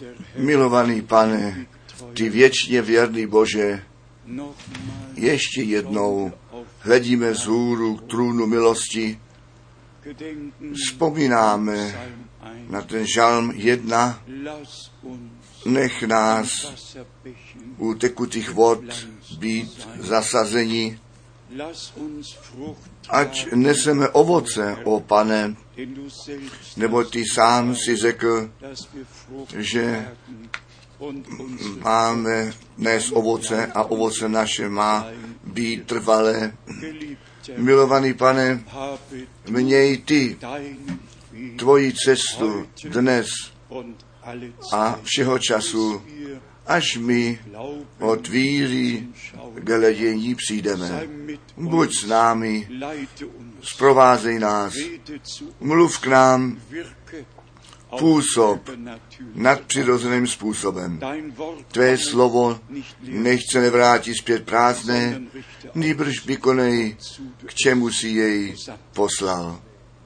Milovaný Pane, ty věčně věrný Bože, ještě jednou hledíme vzhůru k trůnu milosti, vzpomínáme na ten žalm 1, nech nás u tekutých vod být zasazeni, ať neseme ovoce, o Pane, nebo ty sám si řekl, že máme nést ovoce a ovoce naše má být trvalé. Milovaný Pane, měj ty tvoji cestu dnes a všeho času, až my od víry k hledění přijdeme. Buď s námi, zprovázej nás, mluv k nám, působ nadpřirozeným způsobem. Tvé slovo nechce nevrátit zpět prázdné, nýbrž vykonej, k čemu si jej poslal.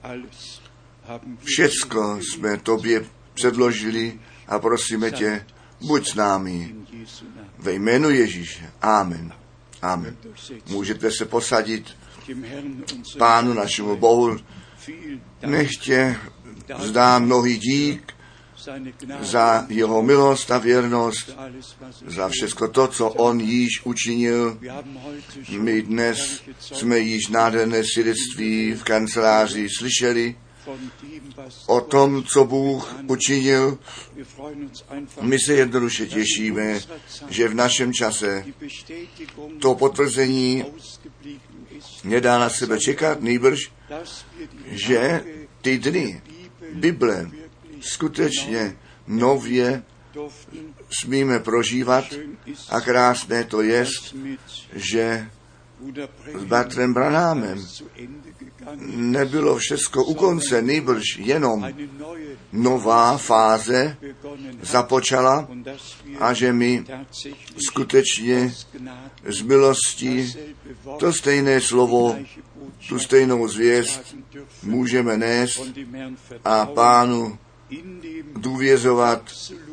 Všecko jsme tobě předložili a prosíme tě, buď s námi. Ve jménu Ježíše. Amen. Amen. Můžete se posadit. Pánu našemu Bohu nechtě vzdám mnohý dík za jeho milost a věrnost, za všechno to, co on již učinil. My dnes jsme již nádherné svědectví v kanceláři slyšeli o tom, co Bůh učinil. My se jednoduše těšíme, že v našem čase to potvrzení nedá na sebe čekat, nýbrž, že ty dny Bible skutečně nově smíme prožívat a krásné to jest, že s bratrem Branhamem nebylo všecko u konce, nýbrž jenom nová fáze započala a že my skutečně z milosti to stejné slovo, tu stejnou zvěst můžeme nést a Pánu důvěřovat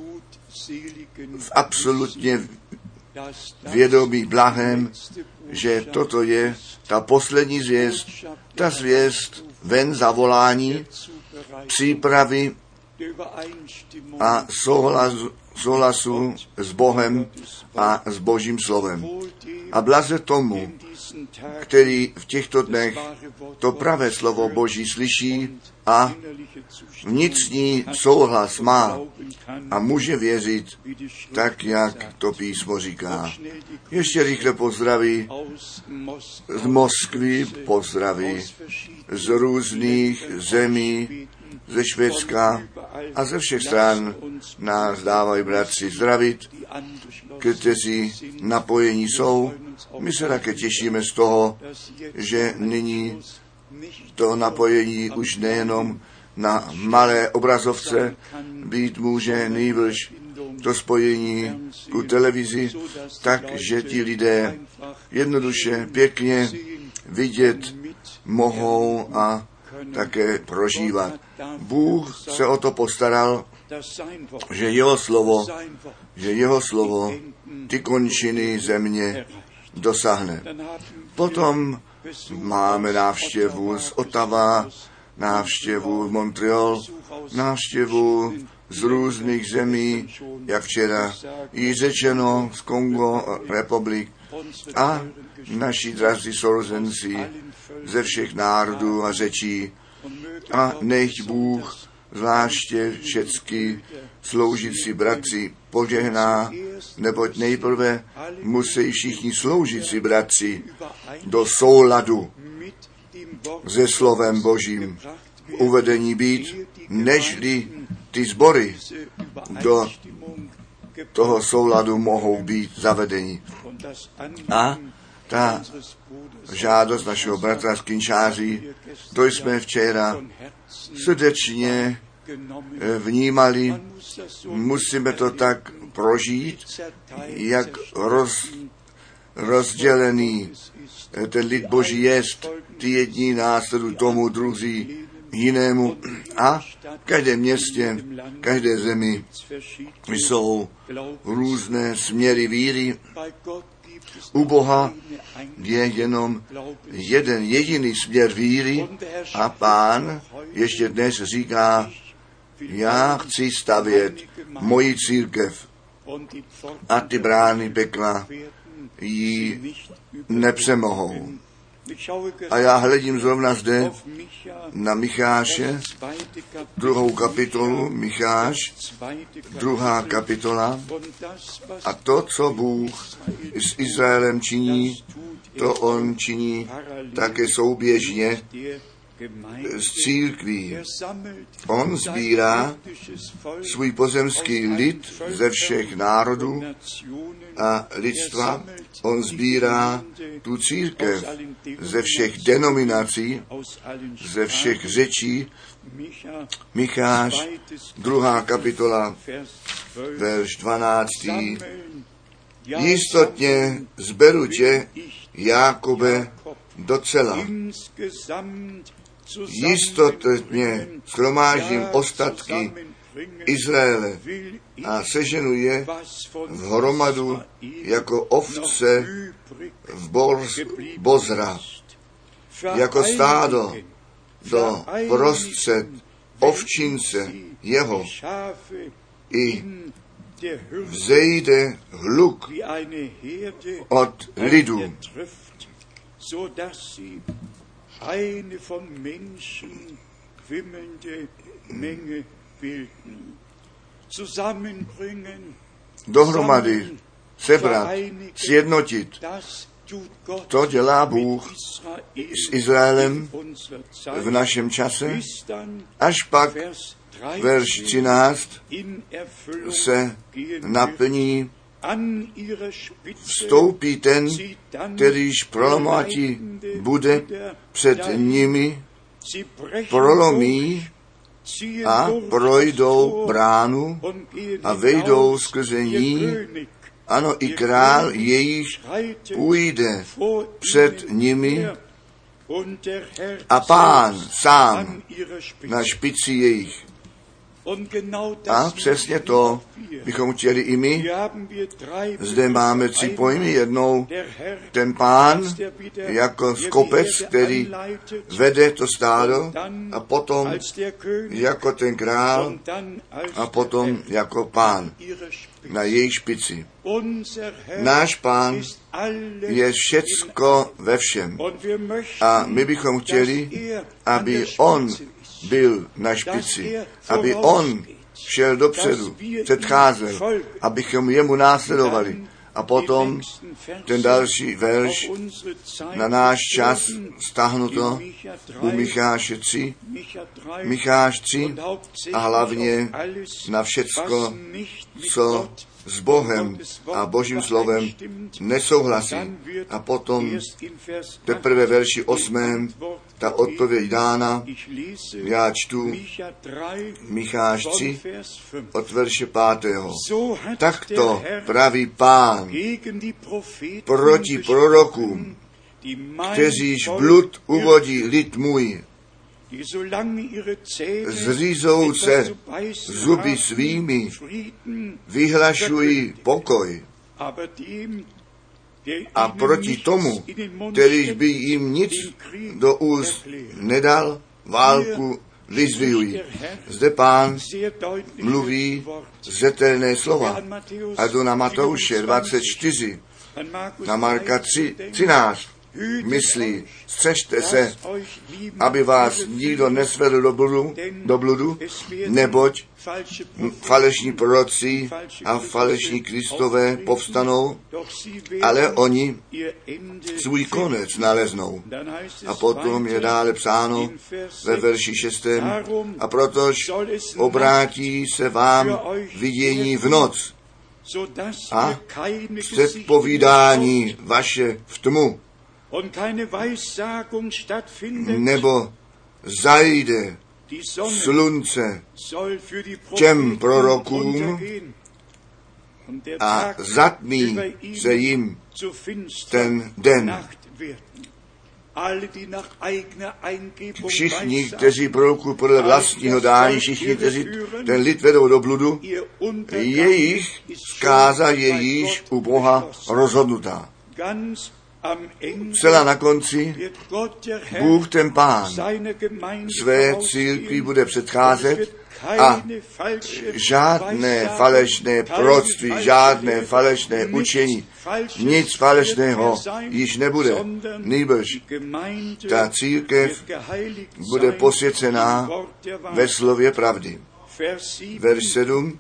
v absolutně vědomí blahém, že toto je ta poslední zvěst, ta zvěst ven zavolání, přípravy a souhlasu s Bohem a s Božím slovem. A blaze tomu, který v těchto dnech to pravé slovo Boží slyší a vnitřní souhlas má a může věřit tak, jak to písmo říká. Ještě rychle pozdraví z Moskvy, pozdraví z různých zemí, ze Švédska a ze všech stran nás dávají bratři zdravit, kteří napojení jsou. My se také těšíme z toho, že nyní to napojení už nejenom na malé obrazovce být může, nýbrž to spojení ku televizi, takže ti lidé jednoduše, pěkně vidět mohou a také prožívat. Bůh se o to postaral, že jeho slovo ty končiny země dosáhne. Potom máme návštěvu z Ottawa, návštěvu Montreal, návštěvu z různých zemí, jak včera jí řečeno, z Kongo republik a naši drazí sourozenci ze všech národů a řečí. A nech Bůh zvláště všecky sloužící bratři požehná, neboť nejprve musí všichni sloužící bratři do souladu se slovem Božím uvedení být, nežli ty sbory do toho souladu mohou být zavedeni. A ta žádost našeho bratra z Kinshásy, to jsme včera srdečně vnímali, musíme to tak prožít, jak rozdělený ten lid Boží jest, ty jedni následují tomu, druzí jinému a v každém městě, v každé zemi jsou různé směry víry. U Boha je jenom jeden jediný směr víry a Pán ještě dnes říká, já chci stavět moji církev a ty brány pekla ji nepřemohou. A já hledím zrovna zde na Micháše, 2. kapitolu, Micháš, 2. kapitola. A to, co Bůh s Izraelem činí, to on činí také souběžně z církví. On sbírá svůj pozemský lid ze všech národů a lidstva. On sbírá tu církev ze všech denominací, ze všech řečí. Micháš, 2. kapitola, verš 12. Jistotně zberu tě, Jákobe, docela. Jistotně shromáždím ostatky Izraele a seženu je v hromadu jako ovce v bozra, jako stádo do prostřed ovčince jeho i vzejde hluk od lidu, eine von Menschen wimmelnde Menge bilden. Zusammenbringen, dohromady sebrat, sjednotit. To dělá Bůh s Izraelem v našem čase, až pak verš 13 se naplní. Vstoupí ten, kterýž prolomati bude před nimi, prolomí a projdou bránu a vejdou skrze ní. Ano, i král jejich půjde před nimi a Pán sám na špici jejich. A přesně to bychom chtěli i my. Zde máme 3 pojmy. Jednou ten Pán jako skopec, který vede to stádo, a potom jako ten král a potom jako Pán na jejich špici. Náš Pán je všecko ve všem. A my bychom chtěli, aby on byl na špici, aby on šel dopředu, předcházel, abychom jemu následovali. A potom ten další verš na náš čas stáhnuto u Micháše 3, Micháš 3 a hlavně na všecko, co s Bohem a Božím slovem nesouhlasí. A potom teprve verši 8. ta odpověď dána. Já čtu Micháš 3 od verše 5. Takto praví Pán proti prorokům, kteříž blud uvodí lid můj, zřízou se zuby svými, vyhlašují pokoj. A proti tomu, kterýž by jim nic do úst nedal, válku vyzdvihují. Zde Pán mluví zřetelné slova. A jdu na Matouše 24, na Marka 13. Myslí, střežte se, aby vás nikdo nesvedl do bludu, neboť falešní proroci a falešní Kristové povstanou, ale oni svůj konec naleznou. A potom je dále psáno ve verši 6. A protož obrátí se vám vidění v noc a předpovídání vaše v tmu, nebo zajde slunce těm prorokům a zatmí se jim ten den. Všichni, kteří prorokují podle vlastního dání, všichni, kteří ten lid vedou do bludu, jejich zkáza je již u Boha rozhodnutá. Celá na konci Bůh ten Pán své církvi bude předcházet a žádné falešné proroctví, žádné falešné učení, nic falešného již nebude. Nýbrž ta církev bude posvěcená ve slově pravdy. Verš 7.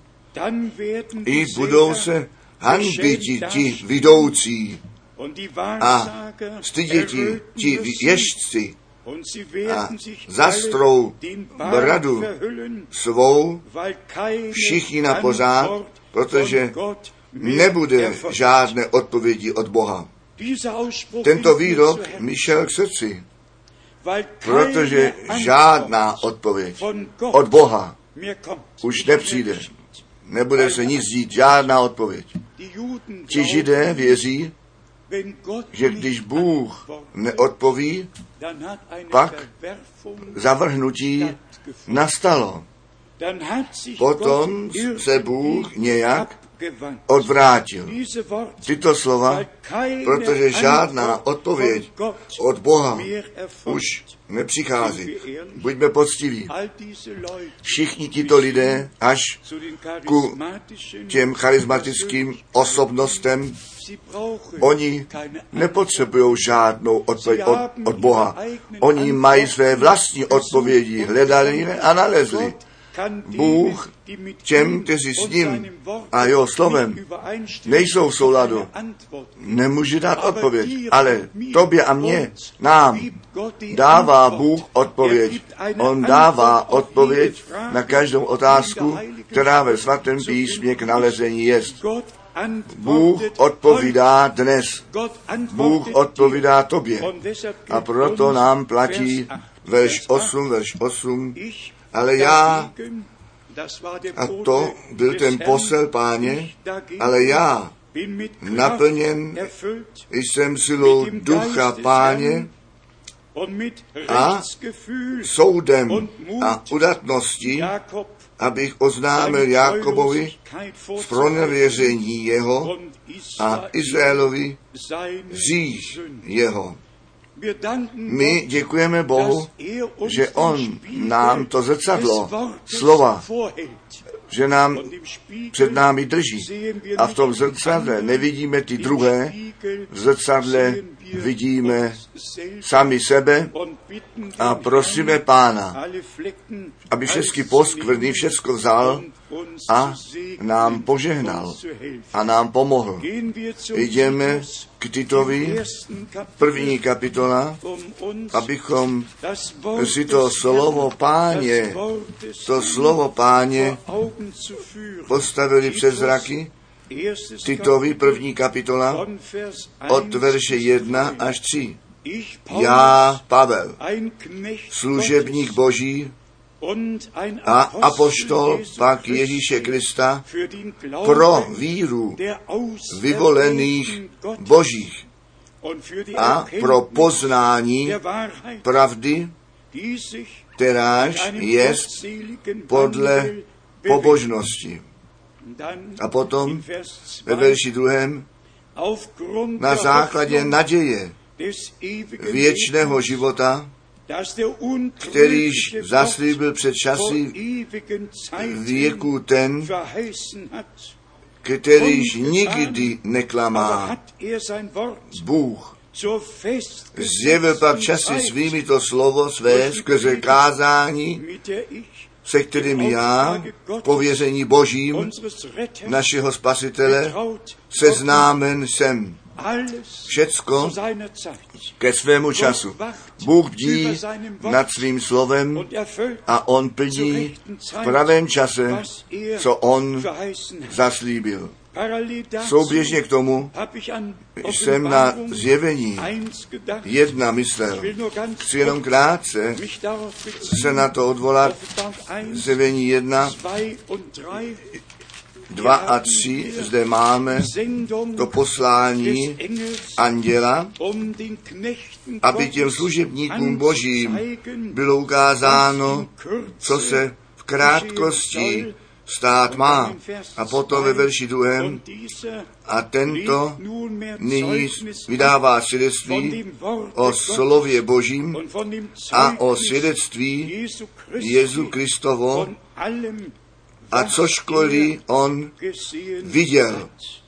I budou se hanbit ti vidoucí a styděti ti ježci a zastrou bradu svou všichni na pořád, protože nebude žádné odpovědi od Boha. Tento výrok mi šel k srdci, protože žádná odpověď od Boha už nepřijde. Nebude se nic dít, žádná odpověď. Ti Židé věří, že když Bůh neodpoví, pak zavrhnutí nastalo. Potom se Bůh nějak odvrátil. Tyto slova, protože žádná odpověď od Boha už nepřichází. Buďme poctiví. Všichni tito lidé až ku těm charismatickým osobnostem, oni nepotřebují žádnou odpověď od Boha. Oni mají své vlastní odpovědi, hledali a nalezli. Bůh těm, kteří s ním a jeho slovem nejsou v souladu, nemůže dát odpověď, ale tobě a mně, nám, dává Bůh odpověď. On dává odpověď na každou otázku, která ve svatém písmě k nalezení jest. Bůh odpovídá dnes. Bůh odpovídá tobě. A proto nám platí verš 8, ale já, a to byl ten posel Páně, ale já naplněn jsem silou ducha Páně a soudem a udatností, abych oznámil Jákobovi zpronevěření jeho a Izraelovi říš jeho. My děkujeme Bohu, že On nám to zrcadlo slova, že nám před námi drží. A v tom zrcadle nevidíme ty druhé, v zrcadle vidíme sami sebe a prosíme Pána, aby všechny poskvrny všecko vzal a nám požehnal a nám pomohl. Jdeme k Titovi, 1. kapitola, abychom si to slovo Páně postavili před zraky. Titovi, 1. kapitola, od verše 1 až 3. Já, Pavel, služebník Boží a apoštol pak Ježíše Krista pro víru vyvolených Božích a pro poznání pravdy, kteráž jest podle pobožnosti. A potom ve verši 2. na základě naděje věčného života, kterýž zaslíbil před časy věku ten, kterýž nikdy neklamá. Bůh zjevil pak časy svými to slovo své skrze kázání, se kterým já, pověření Božím, našeho Spasitele, seznámen jsem. Všecko ke svému času. Bůh bdí nad svým slovem a On plní v pravém čase, co On zaslíbil. Souběžně k tomu jsem na zjevení 1 myslel. Chci jenom krátce se na to odvolat. Zjevení 1, 2 a 3 zde máme to poslání anděla, aby těm služebníkům božím bylo ukázáno, co se v krátkosti stát má. A potom ve verši 2. A tento nyní vydává svědectví o slově božím a o svědectví Jezu Kristovo a cožkoliv on viděl.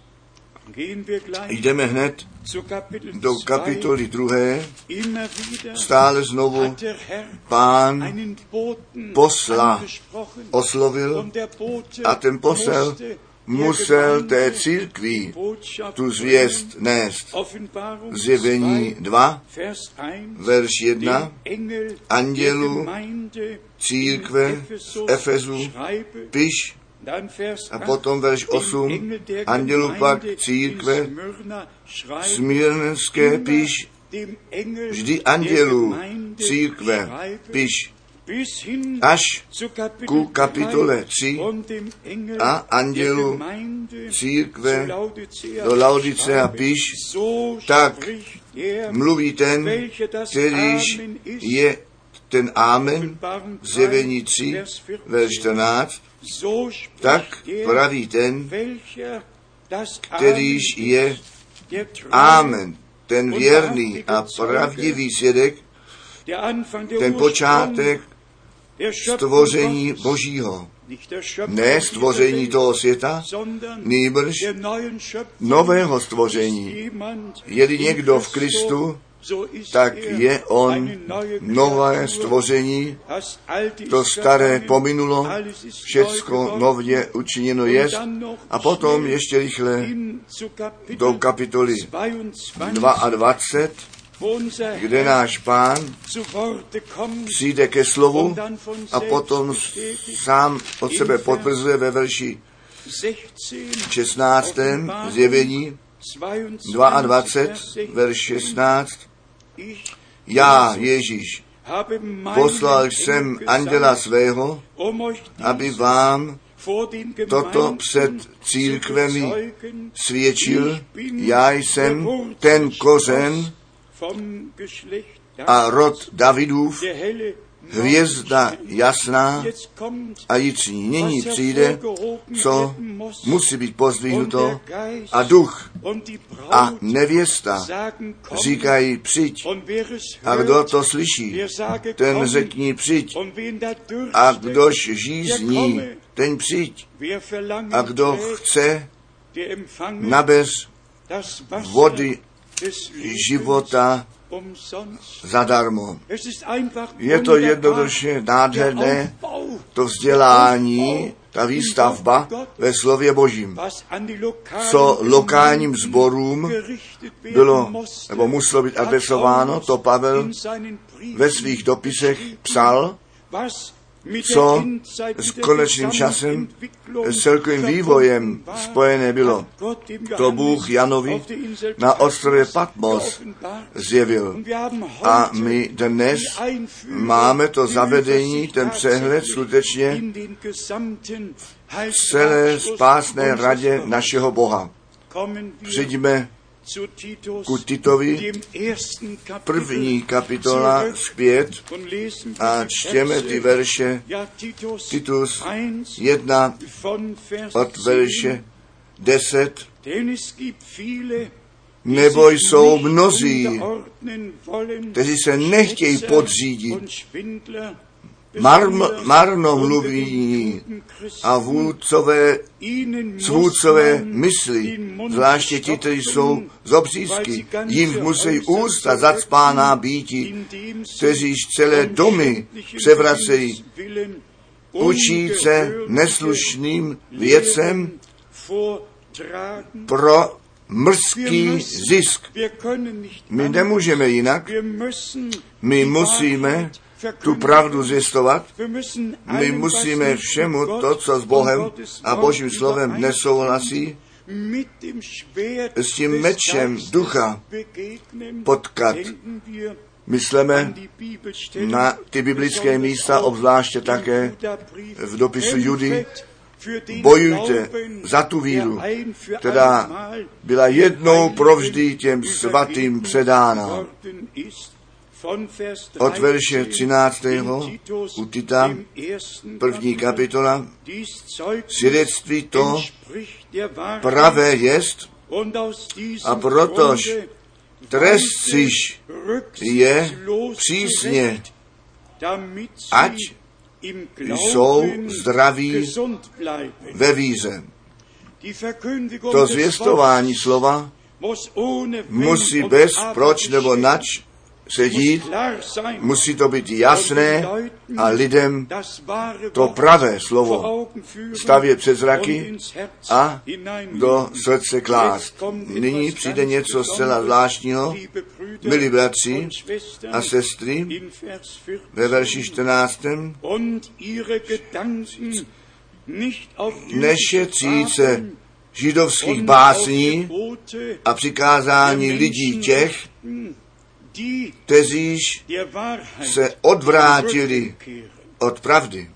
Jdeme hned do kapitoly 2. Stále znovu Pán posla oslovil a ten posel musel té církvi tu zvěst nést. Zjevení 2, verš 1, andělu církve v Efezu piš, a potom verš 8, andělu pak církve smyrnské piš, vždy andělu církve piš, až ku kapitole 3 a andělu církve do Laodicea piš, tak mluví ten, kterýž je ten Amen, zjevení 3, verš 14, tak praví ten, kterýž je Amen, ten věrný a pravdivý svědek, ten počátek stvoření Božího. Ne stvoření toho světa, nýbrž nového stvoření. Je-li někdo v Kristu, tak je on nové stvoření, to staré pominulo, všecko nově učiněno jest. A potom ještě rychle do kapitoly 22, kde náš Pán přijde ke slovu a potom sám od sebe potvrzuje ve verši 16. zjevení 22, verš 16. Já, Ježíš, poslal jsem anděla svého, aby vám toto před církvemi svědčil. Já jsem ten kořen a rod Davidův, hvězda jasná a jitřní. Nyní přijde, co musí být pozdvihnuto, a duch a nevěsta říkají přijď. A kdo to slyší, ten řekni přijď. A kdož žízní, ten přijď. A kdo chce, nabez vody života zadarmo. Je to jednoduše nádherné, to vzdělání, ta výstavba ve slově Božím. Co lokálním sborům bylo, nebo muselo být adresováno, to Pavel ve svých dopisech psal, co s konečným časem, s celkovým vývojem spojené bylo. To Bůh Janovi na ostrově Patmos zjevil. A my dnes máme to zavedení, ten přehled skutečně v celé spásné radě našeho Boha. Přijďme ku Titovi, 1. kapitola zpět a čtěme ty verše. Titus 1 od verše 10. Nebo jsou mnozí, kteří se nechtějí podřídit, marnomluví a vůdcové mysli, zvláště ti, kteří jsou z obřízky, jim musí ústa zacpáná býti, kteříž celé domy převracejí, učí se neslušným věcem pro mrzký zisk. My nemůžeme jinak, my musíme tu pravdu zvěstovat, my musíme všemu to, co s Bohem a Božím slovem nesouhlasí, s tím mečem ducha potkat. Myslíme na ty biblické místa, obzvláště také v dopisu Judy, bojujte za tu víru, která byla jednou provždy těm svatým předána. Od verše 13. u Tita, 1. kapitola, svědectví to pravé jest, a protož trestciž je přísně, ať jsou zdraví ve víře. To zvěstování slova musí bez proč nebo nač se dít, musí to být jasné a lidem to pravé slovo stavět před zraky a do srdce klást. Nyní přijde něco zcela zvláštního, milí bratři a sestry, ve verši 14. Nešetříce židovských básní a přikázání lidí těch, kteříž se odvrátili od pravdy.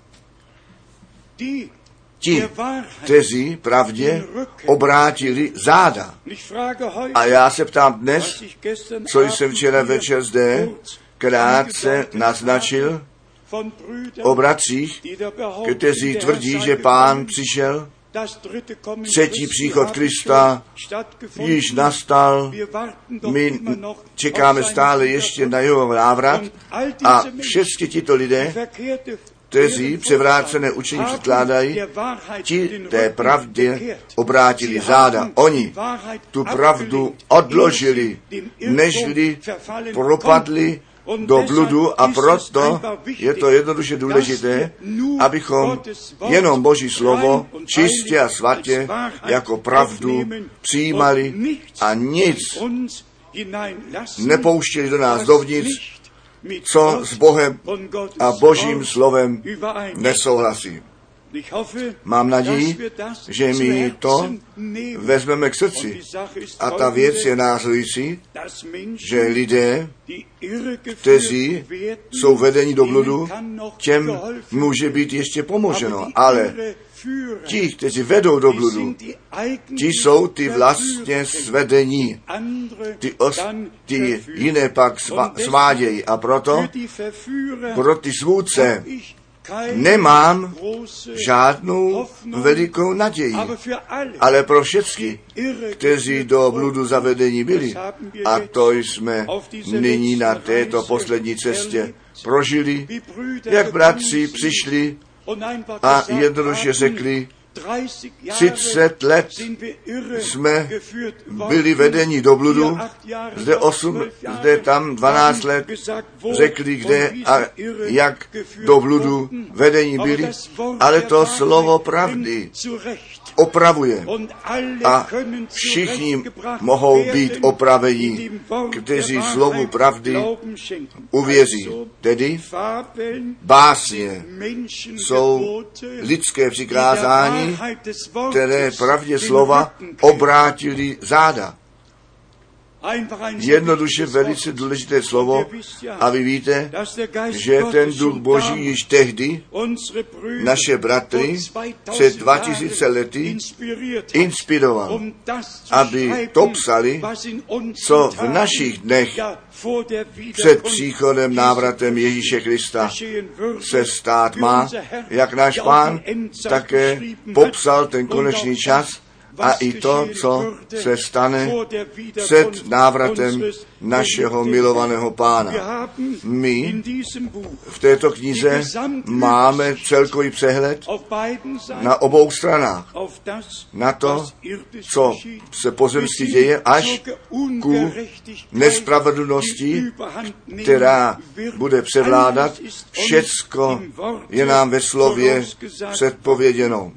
Ti, kteří pravdě obrátili záda. A já se ptám dnes, co jsem včera večer zde krátce naznačil o bratřích, kteří tvrdí, že Pán přišel, třetí příchod Krista již nastal, my čekáme stále ještě na jeho návrat a všechny tito lidé, kteří převrácené učení předkládají, ti té pravdě obrátili záda. Oni tu pravdu odložili, nežli propadli do bludu, a proto je to jednoduše důležité, abychom jenom Boží slovo čistě a svatě jako pravdu přijímali a nic nepouštěli do nás dovnitř, co s Bohem a Božím slovem nesouhlasí. Mám naději, že my to vezmeme k srdci. A ta věc je následující, že lidé, kteří jsou vedeni do bludu, těm může být ještě pomoženo. Ale ti, kteří vedou do bludu, ti jsou ty vlastně svedení. Ty jiné pak svádějí. A proto pro ty svůdce nemám žádnou velikou naději, ale pro všechny, kteří do bludu zavedení byli, a to jsme nyní na této poslední cestě prožili, jak bratři přišli a jednoduše řekli, 30 let jsme byli vedeni do bludu, zde 8, zde tam 12 let, řekli, kde a jak do bludu vedení byli, ale to slovo pravdy opravuje a všichni mohou být opraveni, kteří slovu pravdy uvěří. Tedy básně jsou lidské přikázání, které pravdě slova obrátili záda. Jednoduše velice důležité slovo a vy víte, že ten duch Boží již tehdy naše bratry před 2000 lety inspiroval, aby to psali, co v našich dnech před příchodem návratem Ježíše Krista se stát má, jak náš Pán také popsal ten konečný čas a i to, co se stane před návratem našeho milovaného Pána. My v této knize máme celkový přehled na obou stranách. Na to, co se pozemsky děje, až ku nespravedlnosti, která bude převládat. Všecko je nám ve slově předpověděno.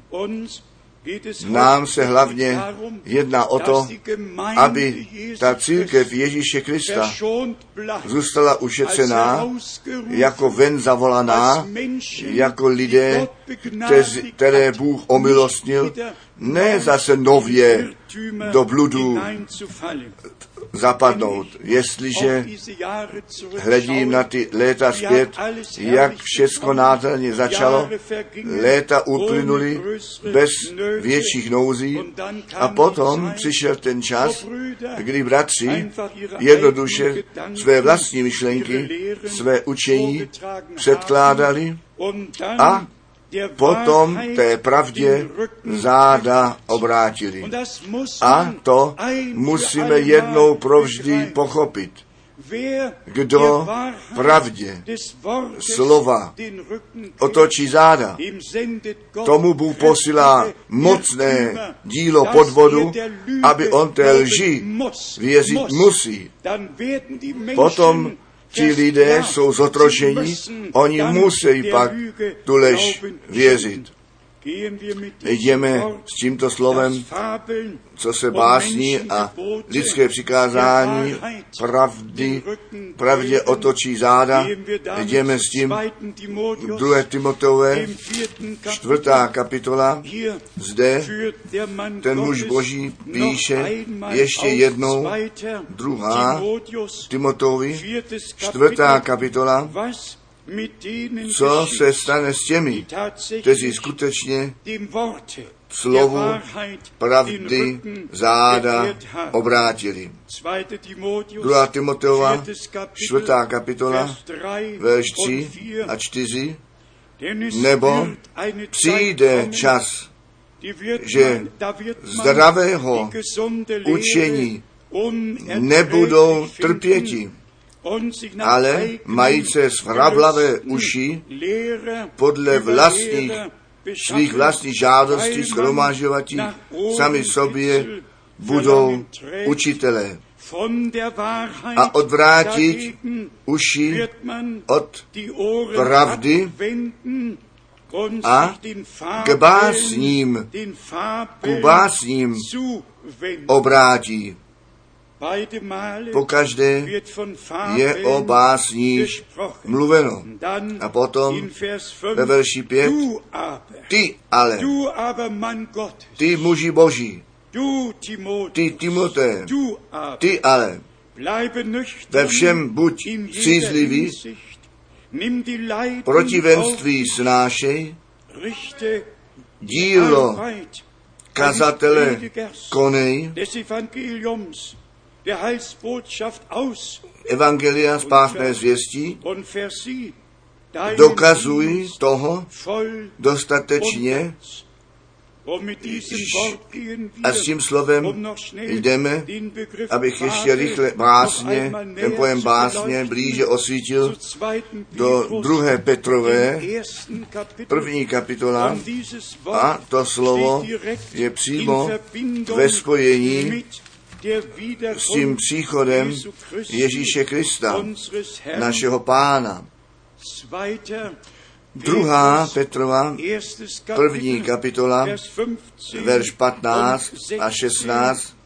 Nám se hlavně jedná o to, aby ta církev Ježíše Krista zůstala ušetřená, jako ven zavolaná, jako lidé, které Bůh omilostnil, ne zase nově do bludu zapadnout. Jestliže hledím na ty léta zpět, jak všecko nádherně začalo, léta uplynuly bez větších nouzí a potom přišel ten čas, kdy bratři jednoduše své vlastní myšlenky, své učení předkládali a potom té pravdě záda obrátili. A to musíme jednou provždy pochopit. Kdo pravdě slova otočí záda, tomu Bůh posílá mocné dílo podvodu, aby on té lži věřit musí. Potom ti lidé jsou zotročeni, oni musí pak tu lež věřit. Jdeme s tímto slovem, co se básní a lidské přikázání pravdě otočí záda. Jdeme s tím 2. Timoteové, 4. kapitola. Zde ten muž Boží píše ještě jednou 2. Timoteovi, 4. kapitola, co se stane s těmi, kteří skutečně slovu pravdy záda obrátili. 2. Timoteova, 4. kapitola, verš 3 a 4, nebo přijde čas, že zdravého učení nebudou trpěti, ale mají se svravlavé uši podle svých vlastních žádostí shromažďovatí, sami sobě budou učitelé. A odvrátit uši od pravdy a k básním obrátí. Pokaždé je o básních mluveno. A potom ve verši 5, ty muži Boží, ty Timote, ty ale, ve všem buď střízlivý, protivenství snášej, dílo kazatele konej, evangelia spásné zvěstí, dokazuj toho dostatečně a s tím slovem jdeme, abych ještě rychle básně, ten pojem básně blíže osvítil do 2. Petrové, 1. kapitola a to slovo je přímo ve spojení s tím příchodem Ježíše Krista, našeho Pána. 2. Petrova, 1. kapitola, verš 15 a 16.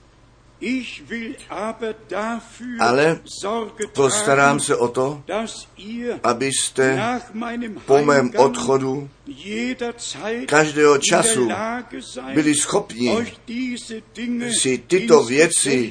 Ale postarám se o to, abyste po mém odchodu každého času byli schopni si tyto věci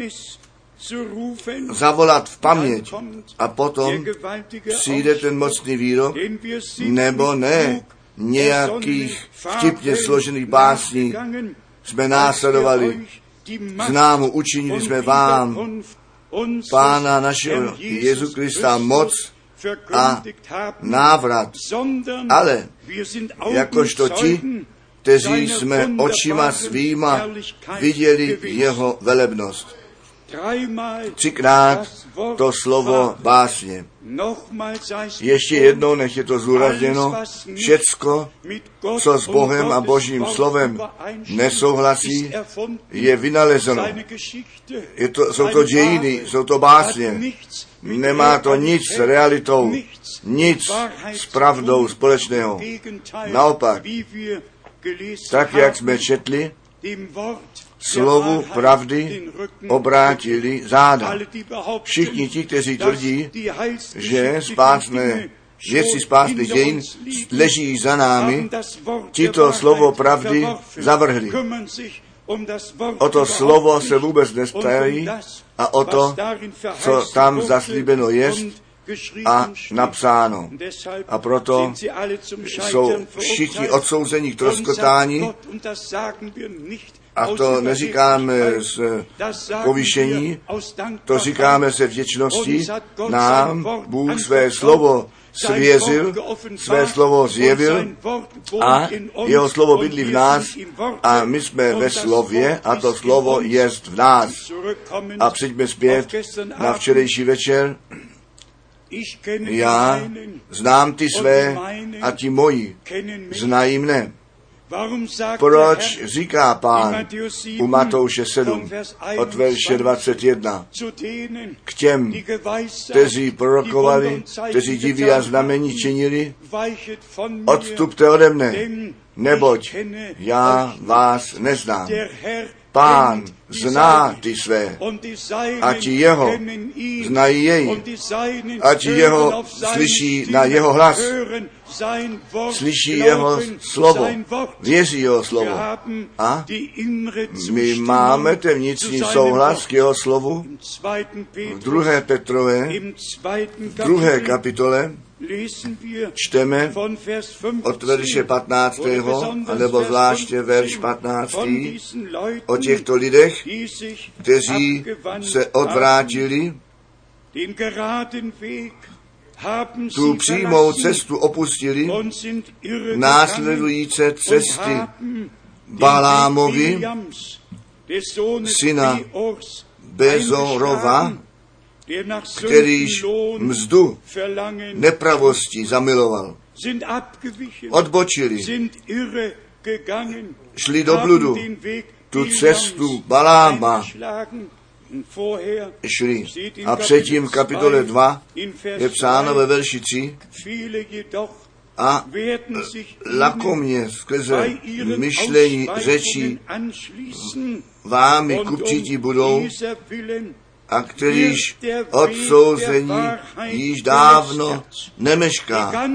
zavolat v paměť a potom přijde ten mocný výrok, nebo ne nějakých vtipně složených básní jsme následovali, známu učinili jsme vám, Pána našeho Jezu Krista moc a návrat, ale jakožto ti, kteří jsme očima svýma viděli jeho velebnost. 3krát to slovo básně. Ještě jednou, nech je to zúrazněno, všecko, co s Bohem a Božím slovem nesouhlasí, je vynalezeno. Jsou to dějiny, jsou to básně. Nemá to nic s realitou, nic s pravdou společného. Naopak, tak jak jsme četli, slovu pravdy obrátili záda. Všichni ti, kteří tvrdí, že spásné věci spásných dějin leží za námi, tito slovo pravdy zavrhli. O to slovo se vůbec nestarají a o to, co tam zaslíbeno jest a napsáno. A proto jsou všichni odsouzeni k troskotání, a to neříkáme z povýšení, to říkáme se vděčností. Nám Bůh své slovo svěřil, své slovo zjevil a jeho slovo bydlí v nás a my jsme ve slově a to slovo jest v nás. A přijďme zpět na včerejší večer. Já znám ty své a ti moji znají mne. Proč říká Pán u Matouše 7 od verše 21 k těm, kteří prorokovali, kteří diví a znamení činili, odstupte ode mne, neboť já vás neznám. Pán zná ty své a ti jeho znají jej a ti jeho slyší na jeho hlas, slyší jeho slovo, věří jeho slovo. A my máme ten vnitřní souhlas k jeho slovu v 2. Petrové, v 2. kapitole, čteme od verše 15. nebo zvláště verš 15. o těchto lidech, kteří se odvrátili, tu přímou cestu opustili, následující cesty Balámovi, syna Bezorova, kterýž mzdu nepravosti zamiloval. Odbočili, šli do bludu, tu cestu Baláma šli. A předtím v kapitole 2 je psáno ve verši 3 a lakomně skrze myšlení řečí vámi kupčití budou, a kterýž odsouzení již dávno nemešká.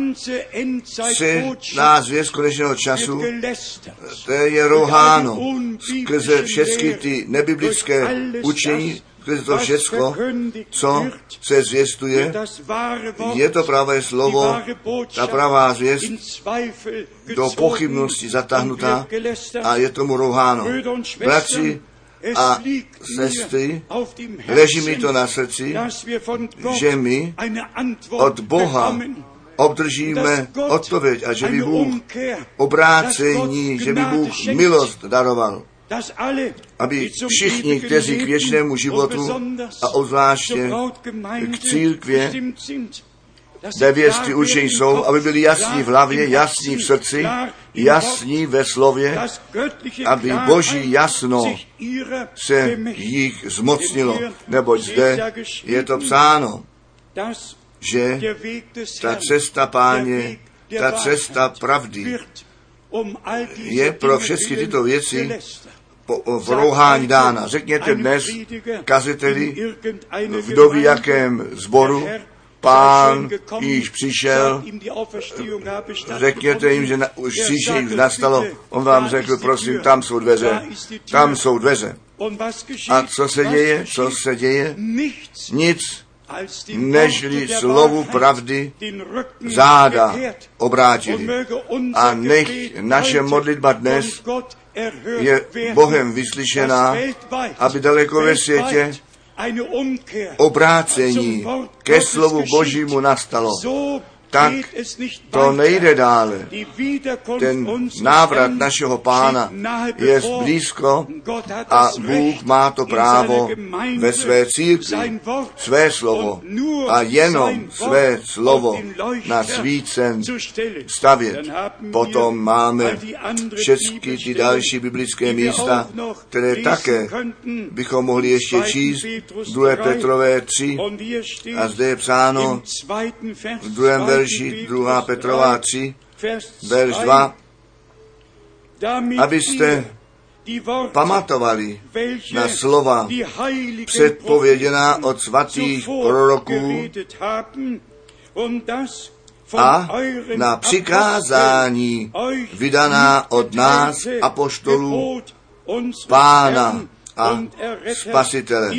Nás věc konečného času, to je rouháno skrze všechny ty nebiblické učení, skrze to všecko, co se zvěstuje, je to pravé slovo, ta pravá zvěst do pochybnosti zatáhnutá a je tomu rouháno. Bratři a sestry, leží mi to na srdci, že my od Boha obdržíme odpověď a že by Bůh obrácení, že by Bůh milost daroval, aby všichni, kteří k věčnému životu a obzvláště k církvě ve věci učení jsou, aby byli jasní v hlavě, jasní v srdci, jasní ve slově, aby Boží jasno se jich zmocnilo. Neboť zde je to psáno, že ta cesta Páně, ta cesta pravdy je pro všechny tyto věci v rouhání dána. Řekněte dnes kaziteli, kdo ví jakém sboru, Pán již přišel, řekněte jim, že už příště již nastalo, on vám řekl, prosím, tam jsou dveře, tam jsou dveře. A co se děje? Co se děje? Nic, nežli slovu pravdy záda obrátili. A nech naše modlitba dnes je Bohem vyslyšená, aby daleko ve světě obrácení ke slovu Božímu nastalo. Tak to nejde dále. Ten návrat našeho Pána je blízko a Bůh má to právo ve své církvi, své slovo a jenom své slovo na svícen stavět. Potom máme všechny ty další biblické místa, které také bychom mohli ještě číst, 2. Petrové 3 a zde je psáno v 2. verši 2. Petrova 3, verš 2, abyste pamatovali na slova předpověděná od svatých proroků, a na přikázání vydaná od nás apoštolů Pána a Spasitele.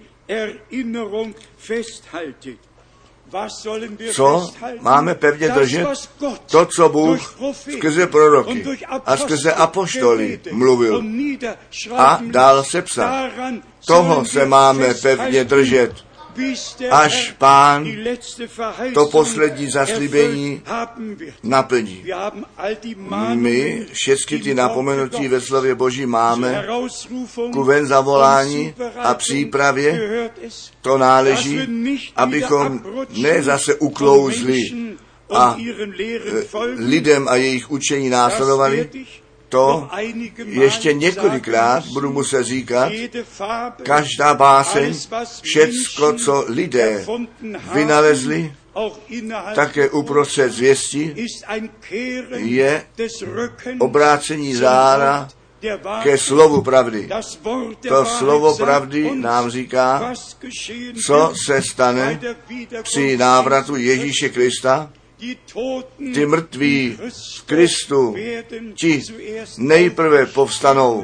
Co máme pevně držet? To, co Bůh skrze proroky a skrze apoštoly mluvil a dál sepsat. Toho se máme pevně držet, až Pán to poslední zaslíbení naplní. My všechny ty napomenutí ve slově Boží máme ku ven zavolání a přípravě. To náleží, abychom ne zase uklouzli a lidem a jejich učení následovali. To ještě několikrát budu muset říkat, každá báseň, všecko, co lidé vynalezli, také uprostřed zvěsti, je obrácení záda ke slovu pravdy. To slovo pravdy nám říká, co se stane při návratu Ježíše Krista. Ty mrtví v Kristu, ti nejprve povstanou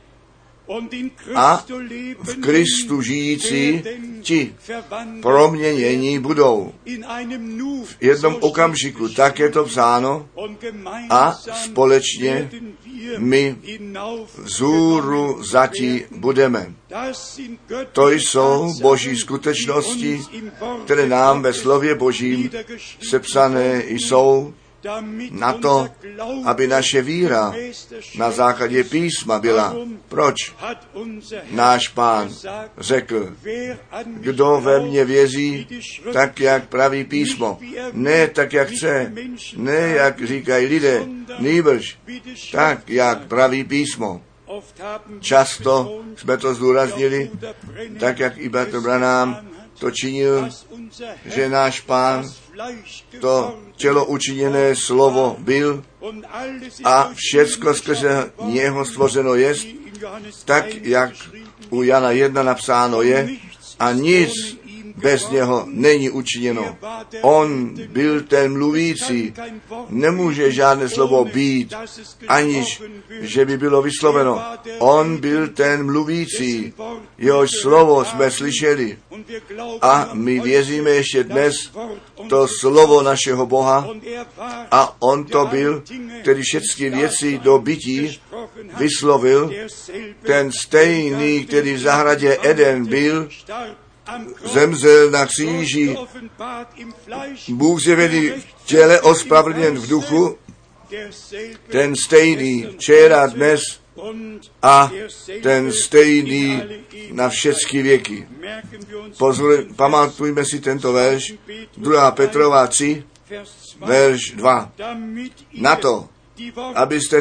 a v Kristu žijící, ti proměnění budou. V jednom okamžiku, tak je to psáno, a společně my vzhůru zatí budeme. To jsou Boží skutečnosti, které nám ve slově Božím sepsané jsou, na to, aby naše víra na základě písma byla. Proč? Náš Pán řekl, kdo ve mně věří, tak jak praví písmo. Ne tak, jak chce, ne jak říkají lidé, nýbrž tak, jak praví písmo. Často jsme to zdůraznili, tak jak i bratr Branham to činil, že náš Pán to tělo učiněné slovo byl a všecko skrze něho stvořeno jest, tak jak u Jana 1 napsáno je, a nic bez něho není učiněno. On byl ten mluvící. Nemůže žádné slovo být, aniž že by bylo vysloveno. On byl ten mluvící. Jehož slovo jsme slyšeli. A my věříme ještě dnes to slovo našeho Boha. A on to byl, který všechny věci do bytí vyslovil. Ten stejný, který v zahradě Eden byl, zemřel na kříži, Bůh zjevený v těle, ospravedlněn v duchu, ten stejný včera, dnes a ten stejný na všechny věky. Pamatujme si tento verš, 2. Petrova 3, verš 2. Na to, abyste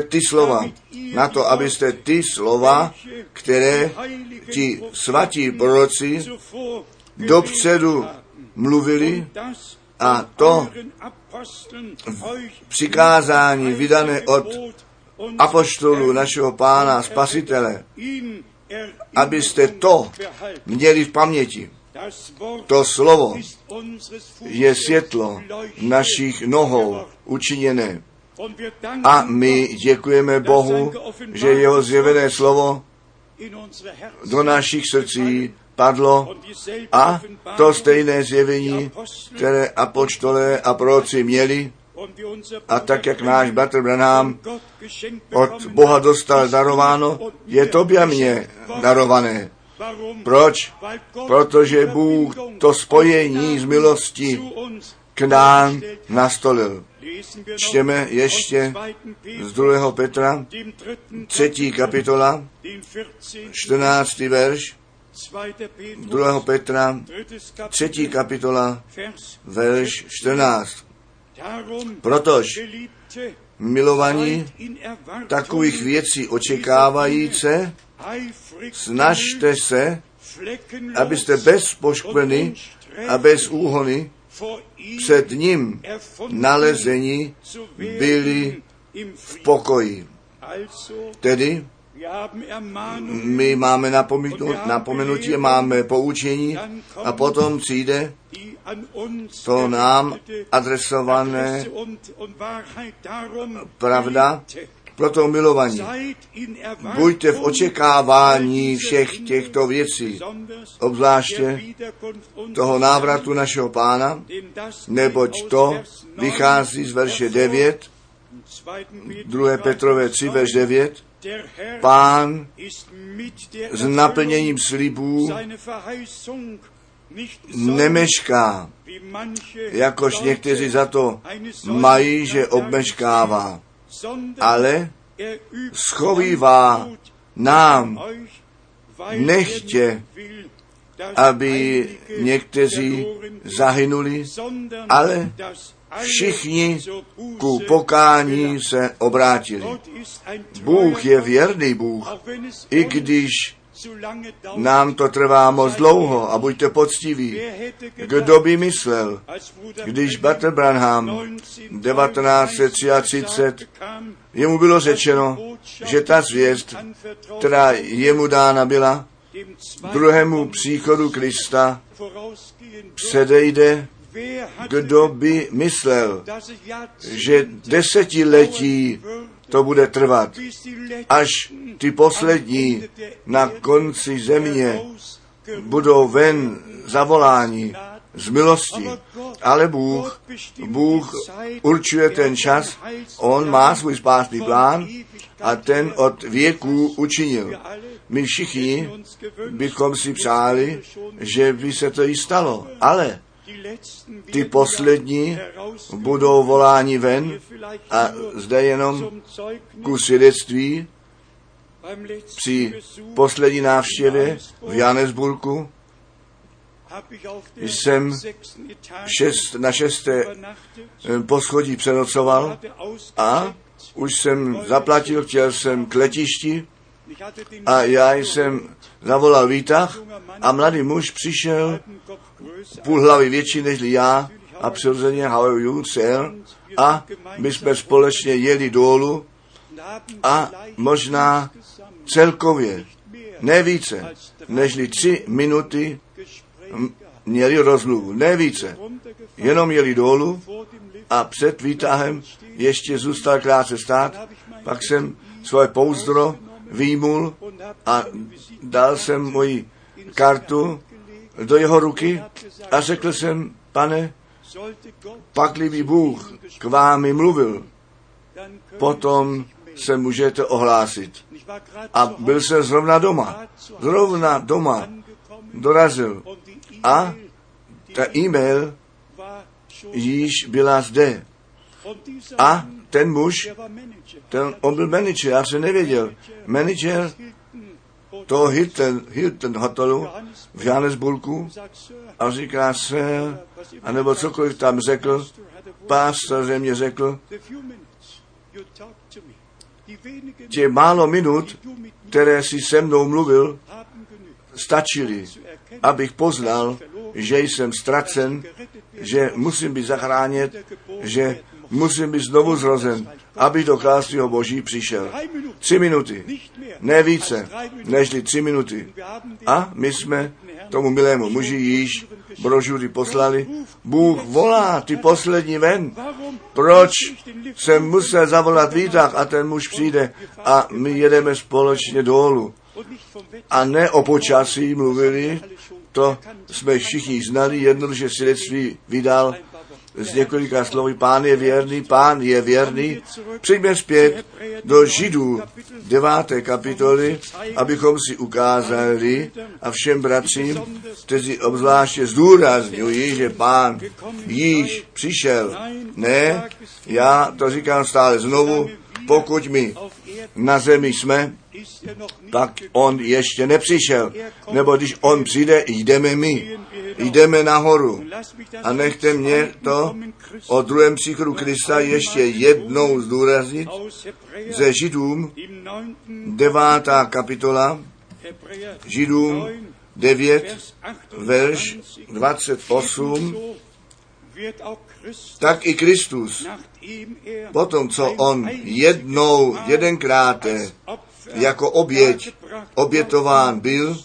ty slova, které ti svatí proroci dopředu mluvili, a to přikázání vydané od apoštolů našeho Pána Spasitele, abyste to měli v paměti. To slovo je světlo našich nohou učiněné. A my děkujeme Bohu, že jeho zjevené slovo do našich srdcí padlo a to stejné zjevení, které apoštolé a proroci měli, a tak, jak náš bratr Branham od Boha dostal darováno, je tobě a mně darované. Proč? Protože Bůh to spojení z milosti k nám nastolil. Čteme ještě z 2. Petra, 3. kapitola, 14. verš, 2. Petra, 3. kapitola, verš 14. Protož, milovaní, takových věcí očekávajíce, snažte se, abyste bez poškvrny a bez úhony před ním nalezení byli v pokoji. Tedy My máme napomenutí, máme poučení a potom přijde to nám adresované pravda. Proto milovaní, buďte v očekávání všech těchto věcí, obzvláště toho návratu našeho Pána, neboť to vychází z verše 9, 2. Petrové 3, verš 9, Pán s naplněním slibů nemešká, jakož někteří za to mají, že obmeškává, ale schovívá nám, nechtě, aby někteří zahynuli, ale všichni ku pokání se obrátili. Bůh je věrný Bůh, i když nám to trvá moc dlouho, a buďte poctiví. Kdo by myslel, když Bater Branham 1933, jemu bylo řečeno, že ta zvěst, která jemu dána byla, druhému příchodu Krista předejde. Kdo by myslel, že desetiletí to bude trvat, až ty poslední na konci země budou ven zavoláni z milosti. Ale Bůh určuje ten čas, on má svůj spásný plán a ten od věků učinil. My všichni bychom si přáli, že by se to i stalo, ale ty poslední budou voláni ven a zde jenom ku svědectví při poslední návštěvě v Johannesburgu jsem na 6. poschodí přenocoval a už jsem zaplatil, chtěl jsem k letišti a já jsem zavolal výtah a mladý muž přišel, půl hlavy větší než já a přirozeně how are you, sir? A my jsme společně jeli dolů a možná celkově, ne více, nežli 3 minuty měli rozmluvu, ne více. Jenom jeli dolů a před výtahem ještě zůstal krátce stát, pak jsem svoje pouzdro výjmul a dal jsem moji kartu do jeho ruky a řekl jsem, pane, pakli by Bůh k vámi mluvil, potom se můžete ohlásit. A byl jsem zrovna doma, dorazil a ta e-mail již byla zde. A ten muž, on byl manager, já jsem nevěděl, manager toho Hilton hotelu v Johannesburgu a říká se, anebo cokoliv tam řekl, pastor mě řekl, tě málo minut, které si se mnou mluvil, stačily, abych poznal, že jsem ztracen, že musím být zachráněn, že musím být znovu zrozen, abych do království Boží přišel. 3 minuty, ne více, nežli 3 minuty. A my jsme tomu milému muži již brožury poslali. Bůh volá ty poslední ven. Proč jsem musel zavolat výtah a ten muž přijde a my jedeme společně dolů. A ne o počasí mluvili, to jsme všichni znali, jednoduše svědectví vydal s několika slovy, Pán je věrný. Přijďme zpět do Židů 9. kapitoly, abychom si ukázali a všem bratřím, kteří obzvláště zdůrazňují, že Pán již přišel. Ne, já to říkám stále znovu, pokud my na zemi jsme, tak on ještě nepřišel. Nebo když on přijde, jdeme my. Jdeme nahoru. A nechte mě to o druhém příchodu Krista ještě jednou zdůraznit ze Židům 9. kapitola, Židům 9, verš 28, tak i Kristus, potom co on jedenkrát jako oběť obětován byl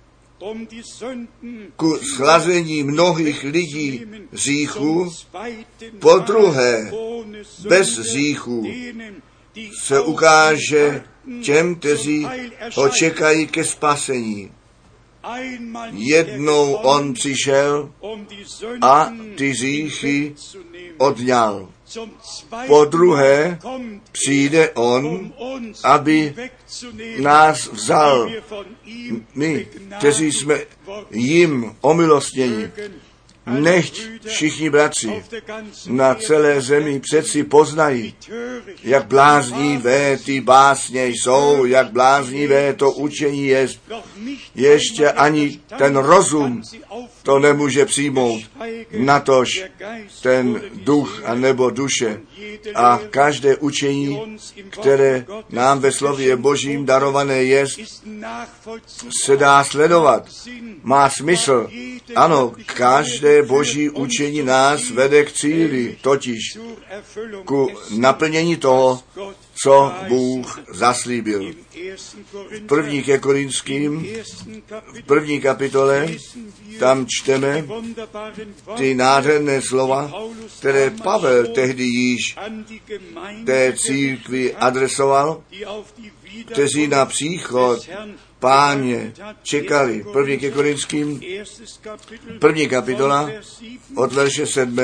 ku schlazení mnohých lidí z hříchu, po druhé bez hříchu se ukáže těm, kteří ho čekají ke spasení. Jednou on přišel a ty hříchy odňal. Po druhé přijde on, aby nás vzal. My, kteří jsme jim omilostněni, nechť všichni bratři na celé zemi přeci poznají, jak bláznivé ty básně jsou, jak bláznivé to učení je. Ještě ani ten rozum to nemůže přijmout, natož ten duch a nebo duše. A každé učení, které nám ve slově Božím darované je, se dá sledovat. Má smysl. Ano, každé Boží učení nás vede k cíli, totiž ku naplnění toho, co Bůh zaslíbil. V 1. ke Korinským, v 1. kapitole, tam čteme ty nádherné slova, které Pavel tehdy již té církvi adresoval, kteří na příchod Páně čekali. 1. ke Korinským, 1. kapitola, od verše 7.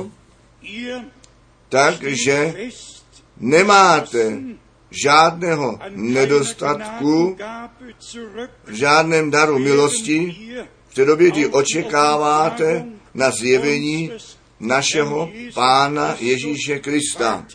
Takže nemáte žádného nedostatku v žádném daru milosti v té době, kdy očekáváte na zjevení našeho Pána Ježíše Krista,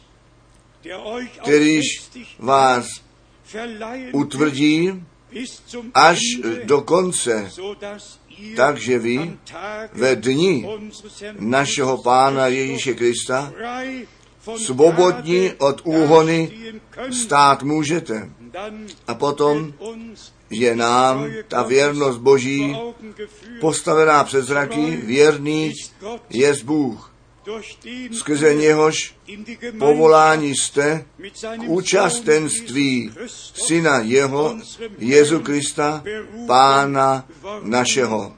kterýž vás utvrdí až do konce, takže vy ve dni našeho Pána Ježíše Krista svobodní od úhony stát můžete. A potom je nám ta věrnost Boží postavená před zraky, věrný je Bůh, skrze něhož povolání jste k účastenství Syna jeho, Jezu Krista, Pána našeho.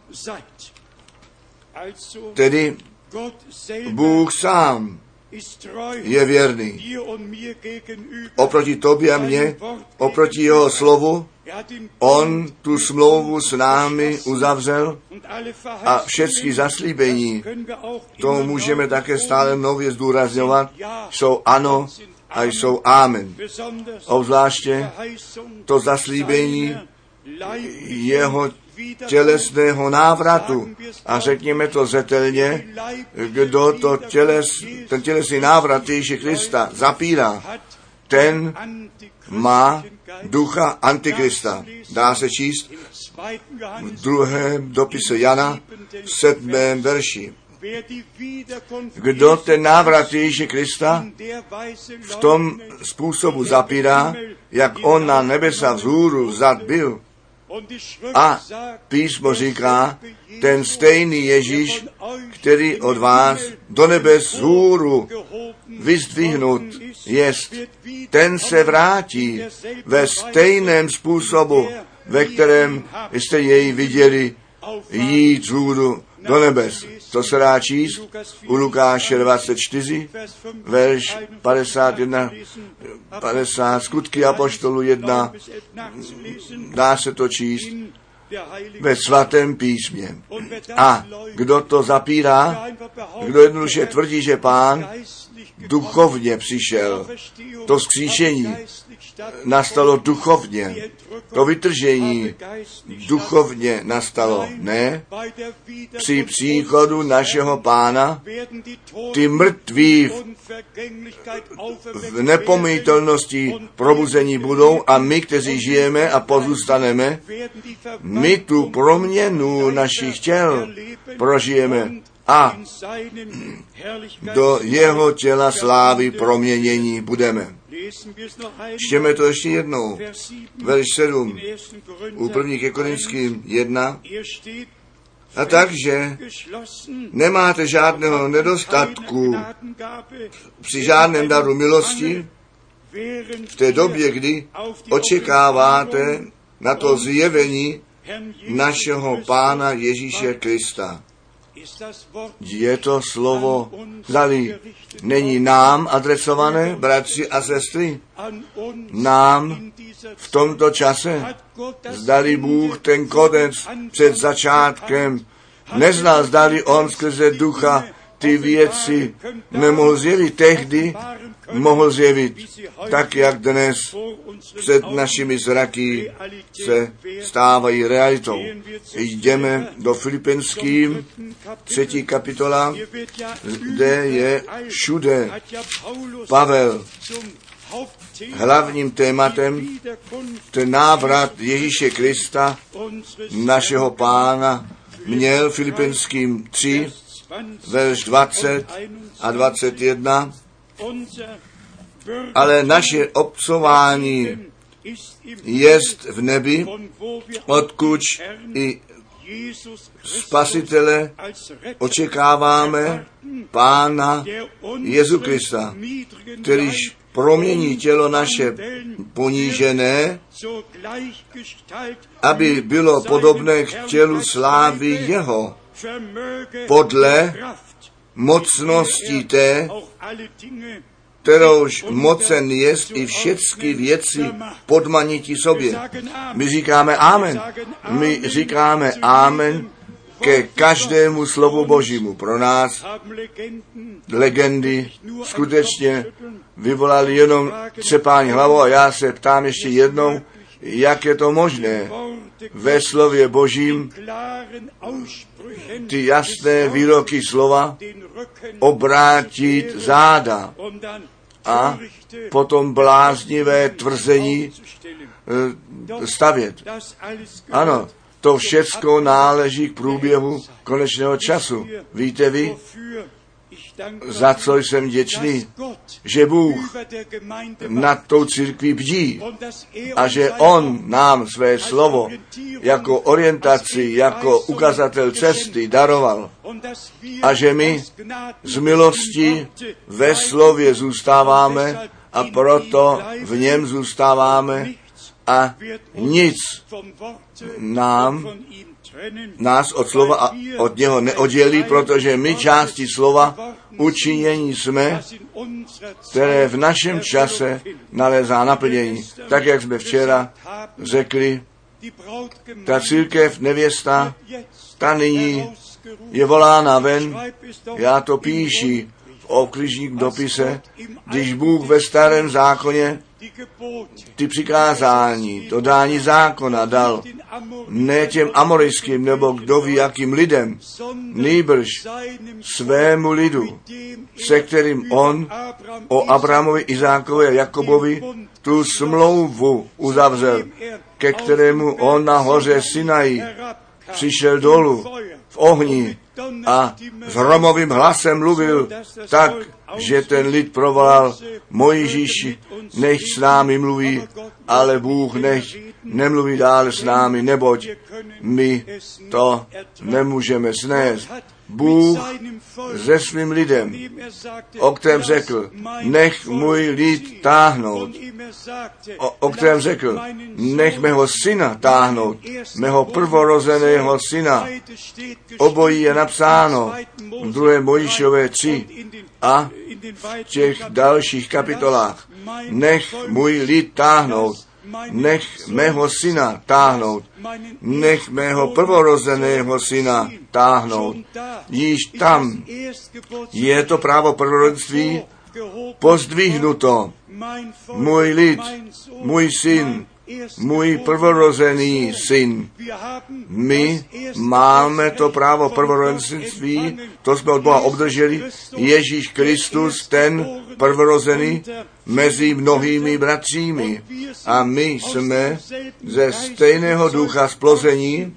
Tedy Bůh sám je věrný. Oproti tobě a mně, oproti jeho slovu, on tu smlouvu s námi uzavřel a všechny zaslíbení, to můžeme také stále nově zdůrazňovat, jsou ano a jsou amen. Obzvláště to zaslíbení jeho tělesného návratu. A řekněme to zřetelně, kdo ten tělesný návrat Ježíše Krista zapírá, ten má ducha Antikrista. Dá se číst v 2. dopise Jana v 7. verši. Kdo ten návrat Ježíše Krista v tom způsobu zapírá, jak on na nebesa vzhůru vzat byl, a písmo říká, ten stejný Ježíš, který od vás do nebes vzhůru vyzdvihnut jest, ten se vrátí ve stejném způsobu, ve kterém jste jej viděli jít vzhůru do nebes. To se dá číst u Lukáše 24, verš 51, 50, Skutky apoštolů 1, dá se to číst ve svatém písmě. A kdo to zapírá, kdo jednoduše tvrdí, že Pán duchovně přišel, to vzkříšení nastalo duchovně, to vytržení duchovně nastalo. Ne, při příchodu našeho Pána ty mrtví v nepomítelnosti probuzení budou a my, kteří žijeme a pozůstaneme, my tu proměnu našich těl prožijeme a do jeho těla slávy proměnění budeme. Čtěme to ještě jednou. Verš 7. U 1. ke Korinským 1. A takže nemáte žádného nedostatku při žádném daru milosti v té době, kdy očekáváte na to zjevení našeho Pána Ježíše Krista. Je to slovo, zdali není nám adresované, bratři a sestry, nám v tomto čase, zdali Bůh ten konec před začátkem neznal, zdali on skrze ducha ty věci nemohl zjevit, tehdy mohl zjevit, tak jak dnes před našimi zraky se stávají realitou. Jdeme do Filipenským 3. kapitola, kde je všude Pavel hlavním tématem ten návrat Ježíše Krista, našeho Pána, měl Filipenským 3, verš 20 a 21, ale naše obcování jest v nebi, odkuď i Spasitele očekáváme, Pána Jezu Krista, kterýž promění tělo naše ponížené, aby bylo podobné k tělu slávy jeho, podle mocnosti té, kterouž mocen jest i všechny věci podmaniti sobě. My říkáme amen. My říkáme amen ke každému slovu Božímu. Pro nás legendy skutečně vyvolali jenom třepání hlavou a já se ptám ještě jednou, jak je to možné ve slově Božím ty jasné výroky slova obrátit záda a potom bláznivé tvrzení stavět. Ano, to všecko náleží k průběhu konečného času. Víte vy, za co jsem vděčný, že Bůh nad tou církví bdí a že on nám své slovo jako orientaci, jako ukazatel cesty daroval a že my z milosti ve slově zůstáváme a proto v něm zůstáváme a nic nás od slova a od něho neoddělí, protože my části slova učinění jsme, které v našem čase nalézá naplnění. Tak, jak jsme včera řekli, ta církev nevěsta, ta nyní je volána ven, já to píši v obkližním dopise, když Bůh ve starém zákoně ty přikázání, to dání zákona dal ne těm amorijským nebo kdo ví jakým lidem, nýbrž svému lidu, se kterým on o Abrahamovi, Izákovi a Jakobovi tu smlouvu uzavřel, ke kterému on na hoře Sinai přišel dolů v ohni a s hromovým hlasem mluvil tak, že ten lid provolal: Mojžíši, nech s námi mluví, ale Bůh nech nemluví dále s námi, neboť my to nemůžeme snést. Bůh se svým lidem, o kterém řekl, nech můj lid táhnout, o kterém řekl, nech mého syna táhnout, mého prvorozeného syna. Obojí je napsáno v 2. Mojžíšové 3 a v těch dalších kapitolách. Nech můj lid táhnout, nech mého syna táhnout, nech mého prvorozeného syna táhnout. Již tam je to právo prvorozenství pozdvihnuto. Můj lid, můj syn, můj prvorozený syn. My máme to právo prvorozenství, to jsme od Boha obdrželi. Ježíš Kristus, ten prvorozený mezi mnohými bratřími. A my jsme ze stejného ducha splození,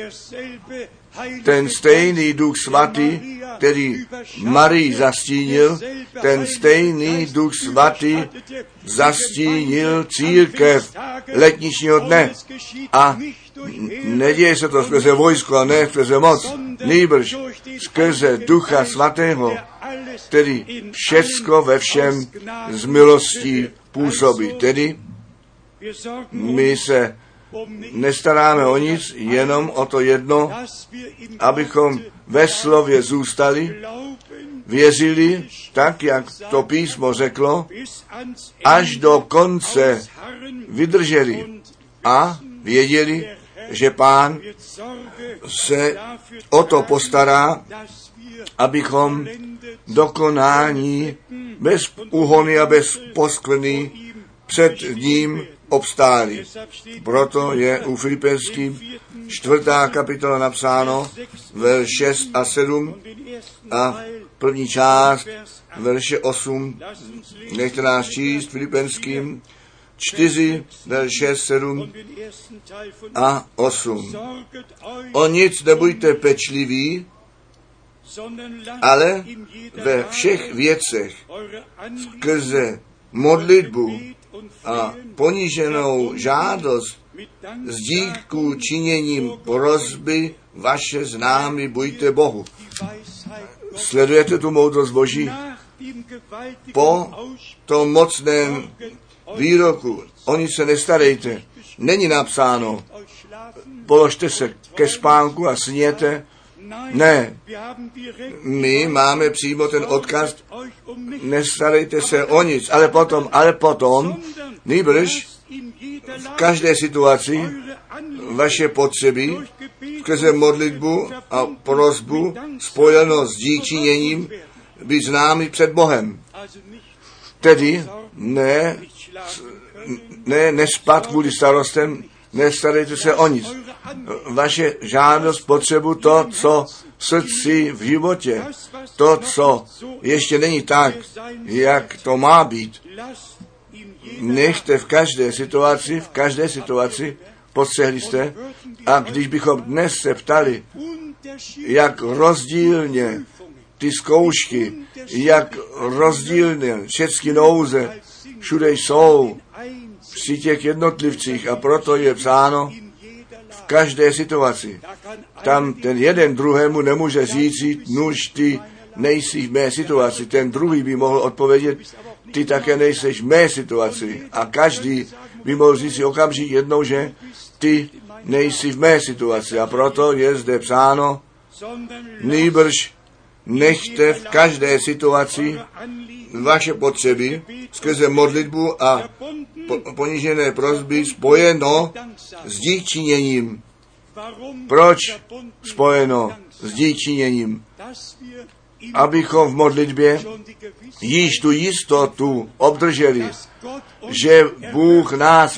ten stejný duch svatý, který Marii zastínil, ten stejný duch svatý zastínil církev letničního dne. A neděje se to skrze vojsko a ne skrze moc, nýbrž skrze ducha svatého, který všecko ve všem z milostí působí. Tedy my se nestaráme o nic, jenom o to jedno, abychom ve slově zůstali, věřili, tak jak to písmo řeklo, až do konce vydrželi a věděli, že Pán se o to postará, abychom dokonání bez úhony a bez poskvrny před ním obstáli. Proto je u Filipenským 4. kapitola napsáno verš 6 a 7 a první část verše 8. Nechte nás číst Filipenským 4, verš 6, 7 a 8. O nic nebuďte pečliví, ale ve všech věcech skrze modlitbu a poníženou žádost s díků činěním prosby vaše známy buďte Bohu. Sledujete tu moudrost Boží? Po tom mocném výroku, o nic se nestarejte, není napsáno, položte se ke spánku a sněte. Ne, my máme přímo ten odkaz, nestarejte se o nic, ale potom, nýbrž v každé situaci vaše potřeby skrze modlitbu a prosbu spojeno s díkčiněním být známy před Bohem. Tedy nespat kvůli starostem, nestarejte se o nic. Vaše žádost, potřebu, to, co v srdci, v životě, to, co ještě není tak, jak to má být, nechte v každé situaci, postřehli jste, a když bychom dnes se ptali, jak rozdílně ty zkoušky, jak rozdílně všechny nouze všude jsou při těch jednotlivcích a proto je psáno v každé situaci. Tam ten jeden druhému nemůže říci, nuž ty nejsi v mé situaci. Ten druhý by mohl odpovědět, ty také nejseš v mé situaci. A každý by mohl říci okamžitě jednou, že ty nejsi v mé situaci. A proto je zde psáno, nýbrž nechte v každé situaci vaše potřeby skrze modlitbu a ponížené prosby spojeno s díkčiněním. Proč spojeno s díkčiněním? Abychom v modlitbě již tu jistotu obdrželi, že Bůh nás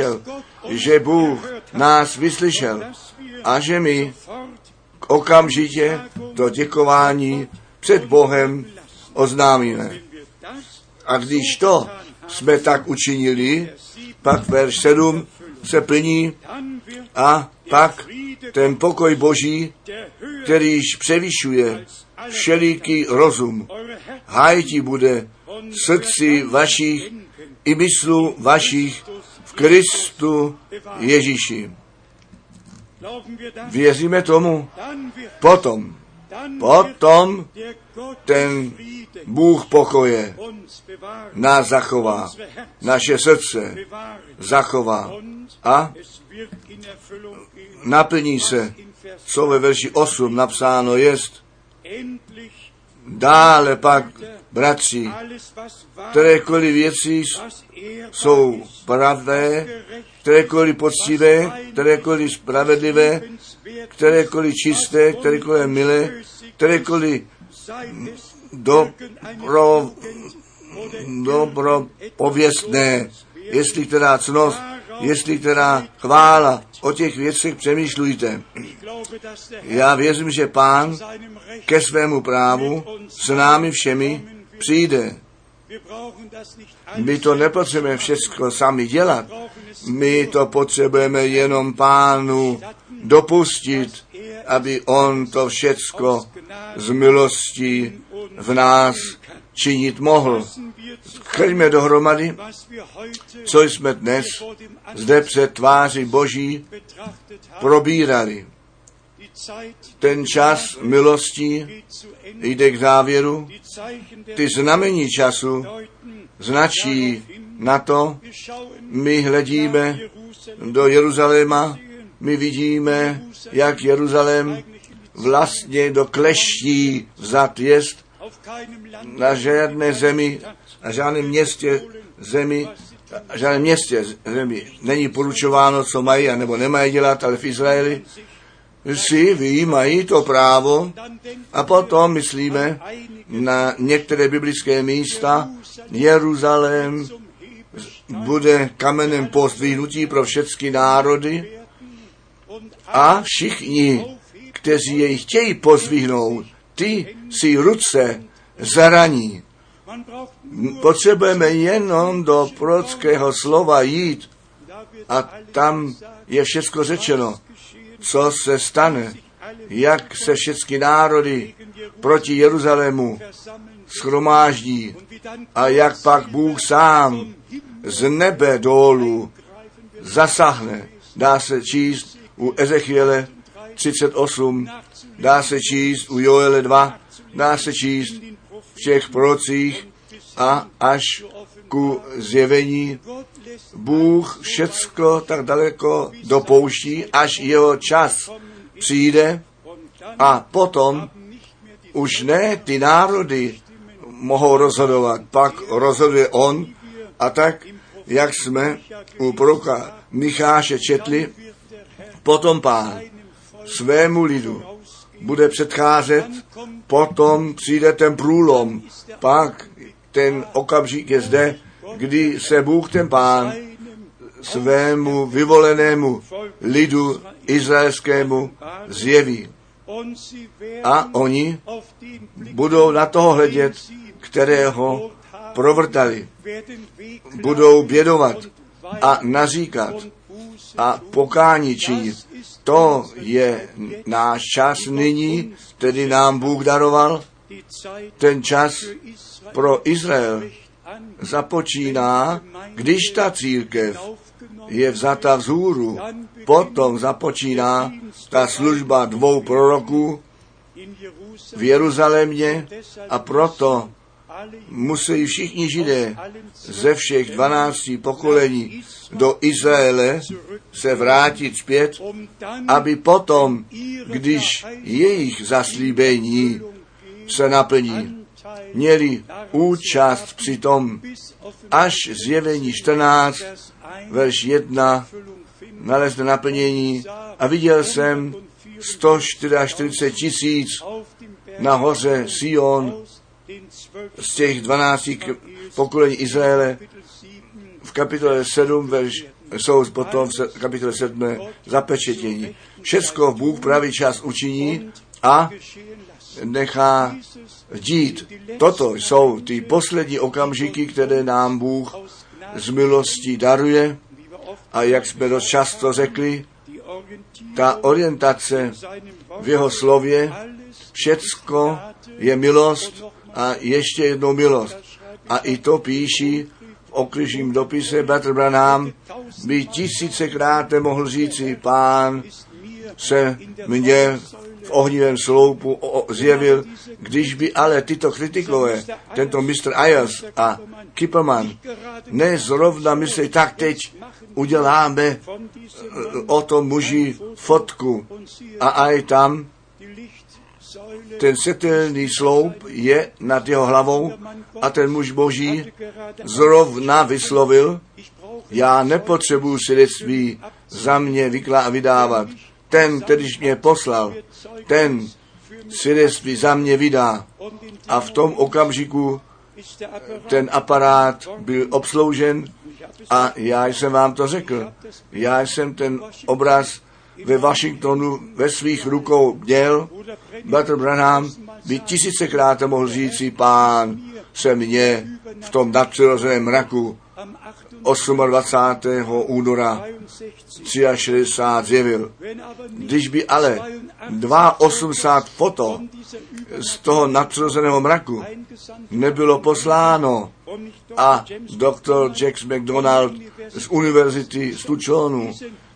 vyslyšel, a že my okamžitě to děkování před Bohem oznámíme. A když to jsme tak učinili, pak verš 7 se plní a pak ten pokoj Boží, kterýž převyšuje všeliký rozum, hájiti bude srdci vašich i myslu vašich v Kristu Ježíši. Věříme tomu? Potom ten Bůh pokoje nás zachová, naše srdce zachová a naplní se, co ve verši 8 napsáno jest. Dále pak, bratři, kterékoliv věci jsou pravé, kterékoliv poctivé, kterékoliv spravedlivé, kterékoliv čisté, kterékoliv milé, kterékoliv dobropověstné, jestli která ctnost, jestli která chvála, o těch věcech přemýšlujte. Já věřím, že Pán ke svému právu s námi všemi přijde. My to nepotřebujeme všechno sami dělat. My to potřebujeme jenom Pánu dopustit, aby on to všecko z milostí v nás činit mohl. Chďme dohromady, co jsme dnes zde před tváří Boží probírali. Ten čas milosti jde k závěru. Ty znamení času značí na to, my hledíme do Jeruzaléma, my vidíme, jak Jeruzalém vlastně do kleští vzat jest. Na žádné zemi, na žádném městě zemi není poručováno, co mají a nebo nemají dělat, ale v Izraeli si vyjímají to právo a potom myslíme na některé biblické místa. Jeruzalém bude kamenem pozdvihnutí pro všechny národy a všichni, kteří jej chtějí pozdvihnout, ty si ruce zaraní. Potřebujeme jenom do prorockého slova jít a tam je všechno řečeno, co se stane, jak se všechny národy proti Jeruzalému shromáždí a jak pak Bůh sám z nebe dolů zasahne. Dá se číst u Ezechiele 38, dá se číst u Joele 2, dá se číst v těch prorocích a až ku zjevení. Bůh všecko tak daleko dopouští, až jeho čas přijde a potom už ne ty národy mohou rozhodovat, pak rozhoduje on a tak, jak jsme u proroka Micháše četli, potom Pán svému lidu bude předcházet, potom přijde ten průlom, pak ten okamžik je zde, kdy se Bůh, ten Pán, svému vyvolenému lidu izraelskému zjeví. A oni budou na toho hledět, kterého provrtali. Budou bědovat a naříkat a pokání činit. To je náš čas nyní, který nám Bůh daroval. Ten čas pro Izrael započíná, když ta církev je vzata vzhůru, potom započíná ta služba 2 proroků v Jeruzalémě a proto musí všichni Židé ze všech 12 pokolení do Izraele se vrátit zpět, aby potom, když jejich zaslíbení se naplní, měli účast při tom, až zjevení 14, verš 1, nalezne naplnění a viděl jsem 144 000 na hoře Sion z těch 12 pokolení Izraele. V kapitole 7, verš, jsou potom v kapitole 7 zapečetění. Všecko Bůh pravý čas učiní a nechá dít. Toto jsou ty poslední okamžiky, které nám Bůh z milostí daruje a jak jsme dost často řekli, ta orientace v jeho slově, všecko je milost a ještě jednou milost. A i to píší v okryžním dopise Bratr Branham, by 1000krát mohl říci, Pán se mně v ohnivém sloupu zjevil, když by ale tyto kritikové, tento Mr. Ayers a Kipperman, ne zrovna myslí, tak teď uděláme o tom muži fotku a aj tam ten světelný sloup je nad jeho hlavou a ten muž boží zrovna vyslovil, já nepotřebuji svědectví za mě vydávat. Ten, kterýž mě poslal, ten svědectví za mě vydá. A v tom okamžiku ten aparát byl obsloužen a já jsem vám to řekl. Já jsem ten obraz ve Washingtonu ve svých rukou měl. Bratr Branham by 1000krát mohl říci, Pán se mně v tom nadpřirozeném mraku 28. února 63 zjevil. Když by ale 82 foto z toho nadpřirozeného mraku nebylo posláno a doktor Jack McDonald z univerzity z Tucsonu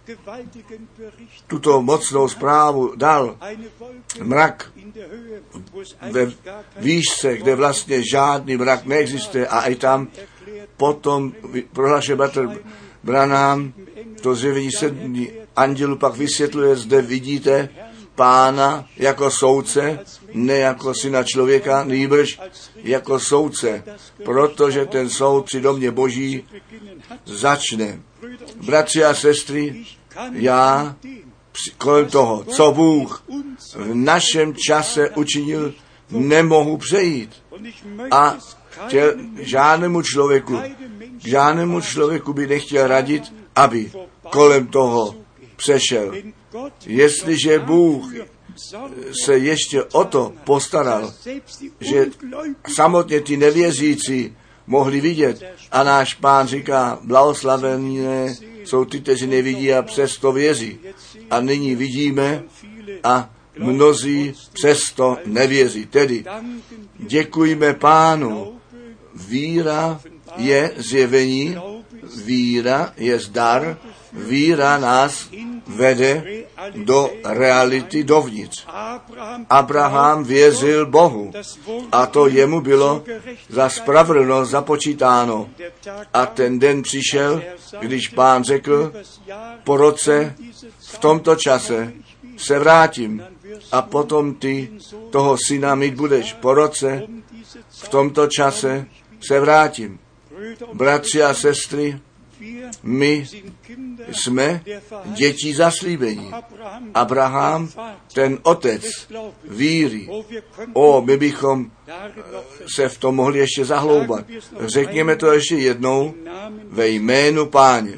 tuto mocnou zprávu dal, mrak ve výšce, kde vlastně žádný mrak neexistuje a i tam potom prohlašuje bratr Branham, to zjevení 7 andělů pak vysvětluje, zde vidíte Pána jako soudce, ne jako syna člověka, nýbrž jako soudce, protože ten soud při domě Boží začne. Bratři a sestry, já kolem toho, co Bůh v našem čase učinil, nemohu přejít. A žádnému člověku by nechtěl radit, aby kolem toho přešel. Jestliže Bůh se ještě o to postaral, že samotně ty nevěřící mohli vidět a náš Pán říká, blahoslavené jsou ty, kteří nevidí a přesto věří. A nyní vidíme a mnozí přesto nevěří. Tedy děkujme Pánu. Víra je zjevení, víra je dar, víra nás vede do reality dovnitř. Abraham věřil Bohu a to jemu bylo za spravedlnost započítáno. A ten den přišel, když Pán řekl, po roce v tomto čase se vrátím a potom ty toho syna mít budeš. Po roce v tomto čase se vrátím. Bratři a sestry, my jsme děti zaslíbení. Abraham, ten otec víry. My bychom se v tom mohli ještě zahloubat. Řekněme to ještě jednou ve jménu Páně.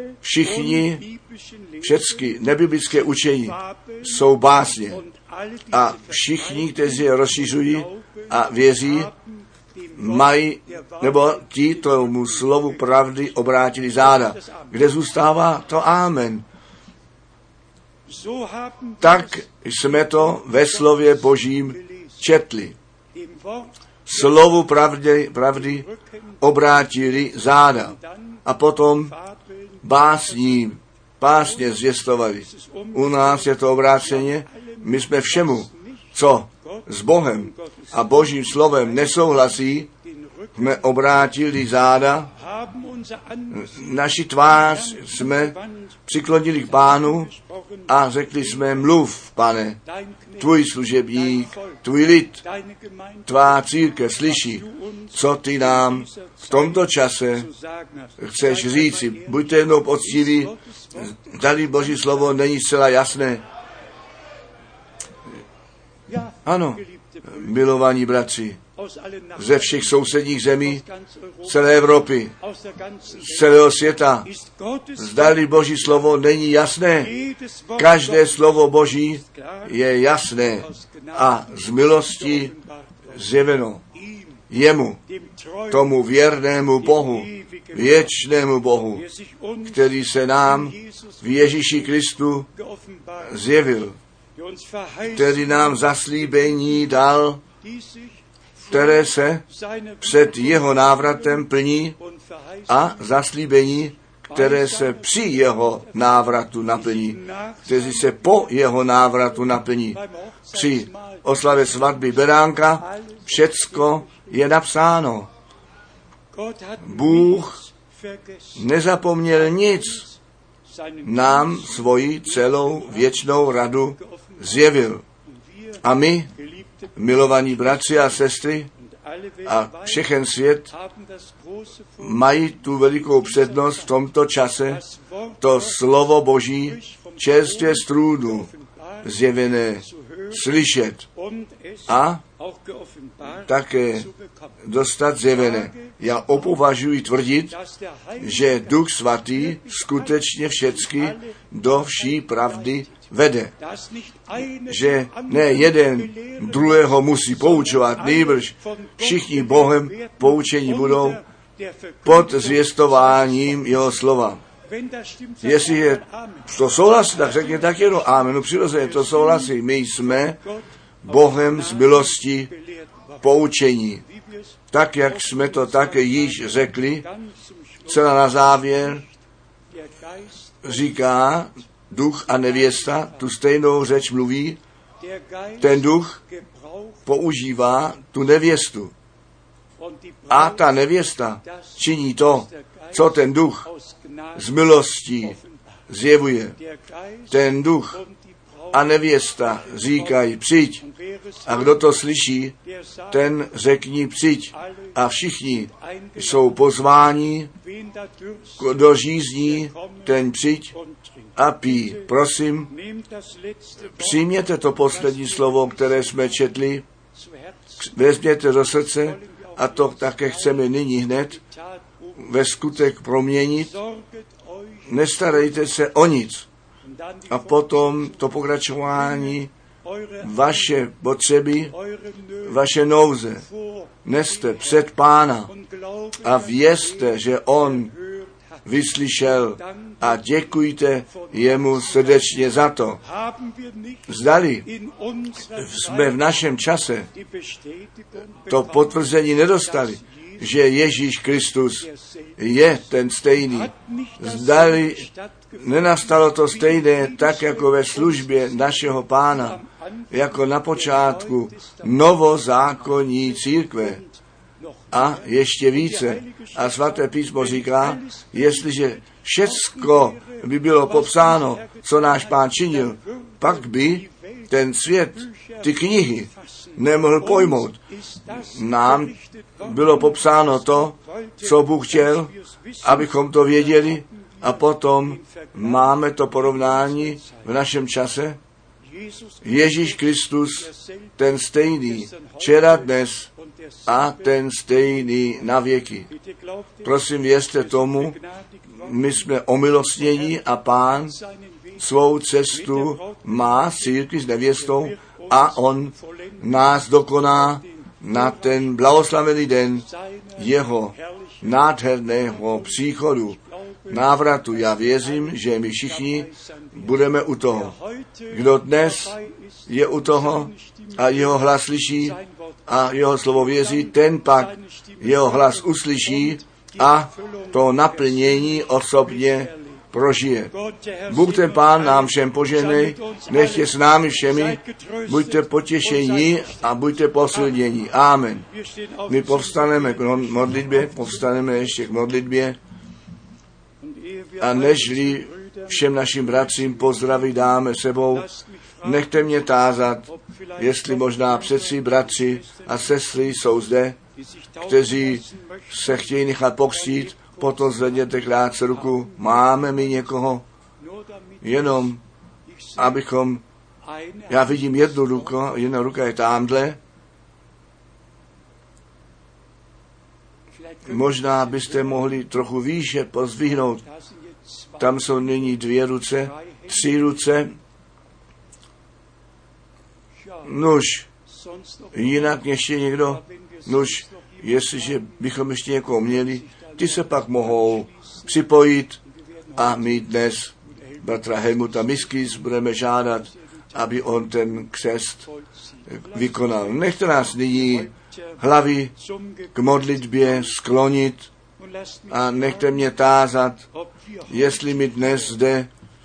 Všechny nebiblické učení jsou básně. A všichni, kteří je rozšiřují a věří, mají, nebo ti tomu slovu pravdy obrátili záda. Kde zůstává to amen? Tak jsme to ve slově Božím četli. Slovu pravdy obrátili záda. A potom básně zvěstovali. U nás je to obráceně. My jsme všemu, co s Bohem a Božím slovem nesouhlasí, jsme obrátili záda, naši tvář jsme přiklonili k Pánu a řekli jsme, mluv, Pane, tvůj služebník, tvůj lid, tvá církev slyší, co ty nám v tomto čase chceš říci. Buďte jednou poctiví, zdali Boží slovo není zcela jasné. Ano, milovaní bratři, ze všech sousedních zemí, celé Evropy, z celého světa, zdali Boží slovo není jasné. Každé slovo Boží je jasné a z milosti zjeveno jemu, tomu věrnému Bohu, věčnému Bohu, který se nám v Ježíši Kristu zjevil, který nám zaslíbení dal, které se před jeho návratem plní a zaslíbení, které se při jeho návratu naplní, kteří se po jeho návratu naplní. Při oslavě svatby beránka všecko je napsáno. Bůh nezapomněl nic, nám svoji celou věčnou radu zjevil. A my, milovaní bratři a sestry a všechen svět, mají tu velikou přednost v tomto čase, to slovo Boží čerstvě z trůnu zjevené slyšet a také dostat zjevené. Já opovažuji tvrdit, že Duch Svatý skutečně všecky do vší pravdy vede. Že ne jeden druhého musí poučovat, nýbrž všichni Bohem poučení budou pod zvěstováním jeho slova. Jestli to souhlasí, tak řekně tak jenom amen. Přirozeně to souhlasí. My jsme Bohem z milosti poučení. Tak, jak jsme to také již řekli, celá na závěr říká, duch a nevěsta tu stejnou řeč mluví, ten duch používá tu nevěstu. A ta nevěsta činí to, co ten duch z milostí zjevuje. Ten duch a nevěsta říkají přijď. A kdo to slyší, ten řekni přijď. A všichni jsou pozváni, kdo žízní, ten přijď a pij. Prosím, přijměte to poslední slovo, které jsme četli, vezměte do srdce a to také chceme nyní hned ve skutek proměnit. Nestarejte se o nic. A potom to pokračování, vaše potřeby, vaše nouze neste před Pána a vězte, že On vyslyšel a děkujte jemu srdečně za to. Zdali jsme v našem čase to potvrzení nedostali, že Ježíš Kristus je ten stejný. Zdali nenastalo to stejné, tak jako ve službě našeho Pána, jako na počátku novozákonní církve. A ještě více. A svaté písmo říká, jestliže všecko by bylo popsáno, co náš Pán činil, pak by ten svět, ty knihy, nemohl pojmout. Nám bylo popsáno to, co Bůh chtěl, abychom to věděli, a potom máme to porovnání v našem čase. Ježíš Kristus, ten stejný, včera, dnes a ten stejný na věky. Prosím, věřte tomu, my jsme omilostnění a Pán svou cestu má s církví s nevěstou a On nás dokoná na ten blahoslavený den jeho nádherného příchodu, návratu. Já věřím, že my všichni budeme u toho. Kdo dnes je u toho a jeho hlas slyší a jeho slovo věří, ten pak jeho hlas uslyší a to naplnění osobně prožije. Bůh ten Pán nám všem požehnej, nechtě s námi všemi, buďte potěšení a buďte posilnění. Amen. My povstaneme k modlitbě, povstaneme ještě k modlitbě a nežli všem našim bratřím pozdraví dáme sebou, nechte mě tázat, jestli možná přeci bratři a sestry jsou zde, kteří se chtějí nechat pokřtít, potom zvedněte krátce ruku. Máme mi někoho? Jenom, abychom, já vidím jednu ruku, jedna ruka je tamhle. Možná byste mohli trochu výše pozdvihnout. Tam jsou nyní 2 ruce, 3 ruce. Nuž, jinak ještě někdo? Nuž, jestliže bychom ještě někoho měli, ty se pak mohou připojit a my dnes bratra Helmuta Miskis budeme žádat, aby on ten křest vykonal. Nechte nás nyní hlavy k modlitbě sklonit a nechte mě tázat, jestli my dnes zde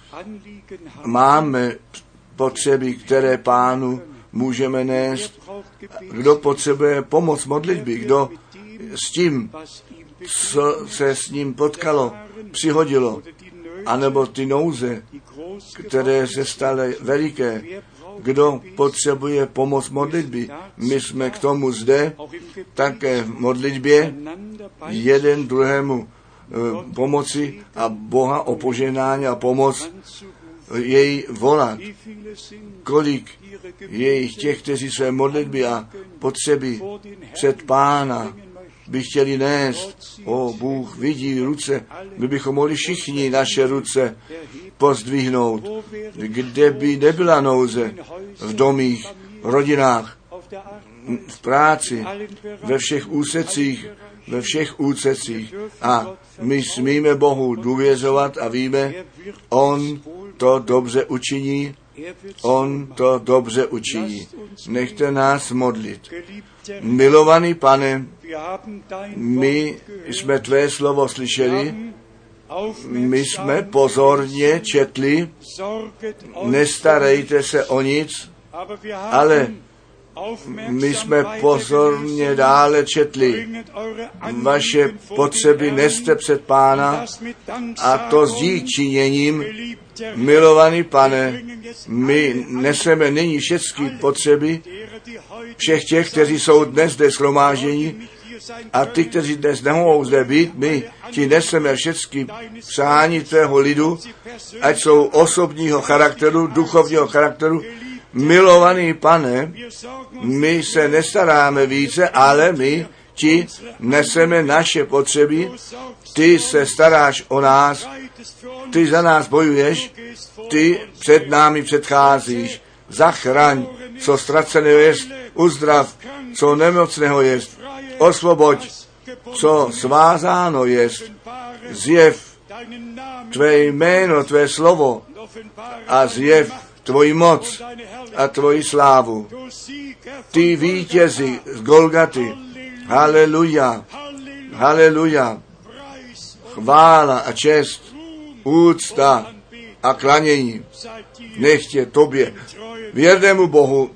máme potřeby, které Pánu můžeme nést. Kdo potřebuje pomoc modlitby, kdo s tím, co se s ním potkalo, přihodilo, anebo ty nouze, které se staly veliké, kdo potřebuje pomoc modlitby. My jsme k tomu zde také v modlitbě jeden druhému pomoci a Boha o požehnání a pomoc jej volat. Kolik je jich těch, kteří své modlitby a potřeby před Pána by chtěli nést. Bůh vidí ruce. My bychom mohli všichni naše ruce pozdvihnout. Kde by nebyla nouze, v domích, v rodinách, v práci, ve všech úsecích. A my smíme Bohu důvěřovat a víme, On to dobře učiní. On to dobře učiní. Nechte nás modlit. Milovaný Pane, my jsme tvé slovo slyšeli, my jsme pozorně četli, nestarejte se o nic, ale My jsme pozorně dále četli. Vaše potřeby neste před Pána a to s díkčiněním. Milovaný Pane, my neseme nyní všechny potřeby všech těch, kteří jsou dnes zde shromážděni a ty, kteří dnes nemohou zde být, my ti neseme všechny přání tvého lidu, ať jsou osobního charakteru, duchovního charakteru. Milovaný Pane, my se nestaráme více, ale my ti neseme naše potřeby, ty se staráš o nás, ty za nás bojuješ, ty před námi předcházíš. Zachraň, co ztraceného jest, uzdrav, co nemocného jest, osvoboď, co svázáno jest, zjev tvé jméno, tvé slovo a zjev tvoji moc a tvoji slávu. Ty vítězi z Golgaty, haleluja, haleluja, chvála a čest, úcta a klanění, nechtě tobě, věrnému Bohu,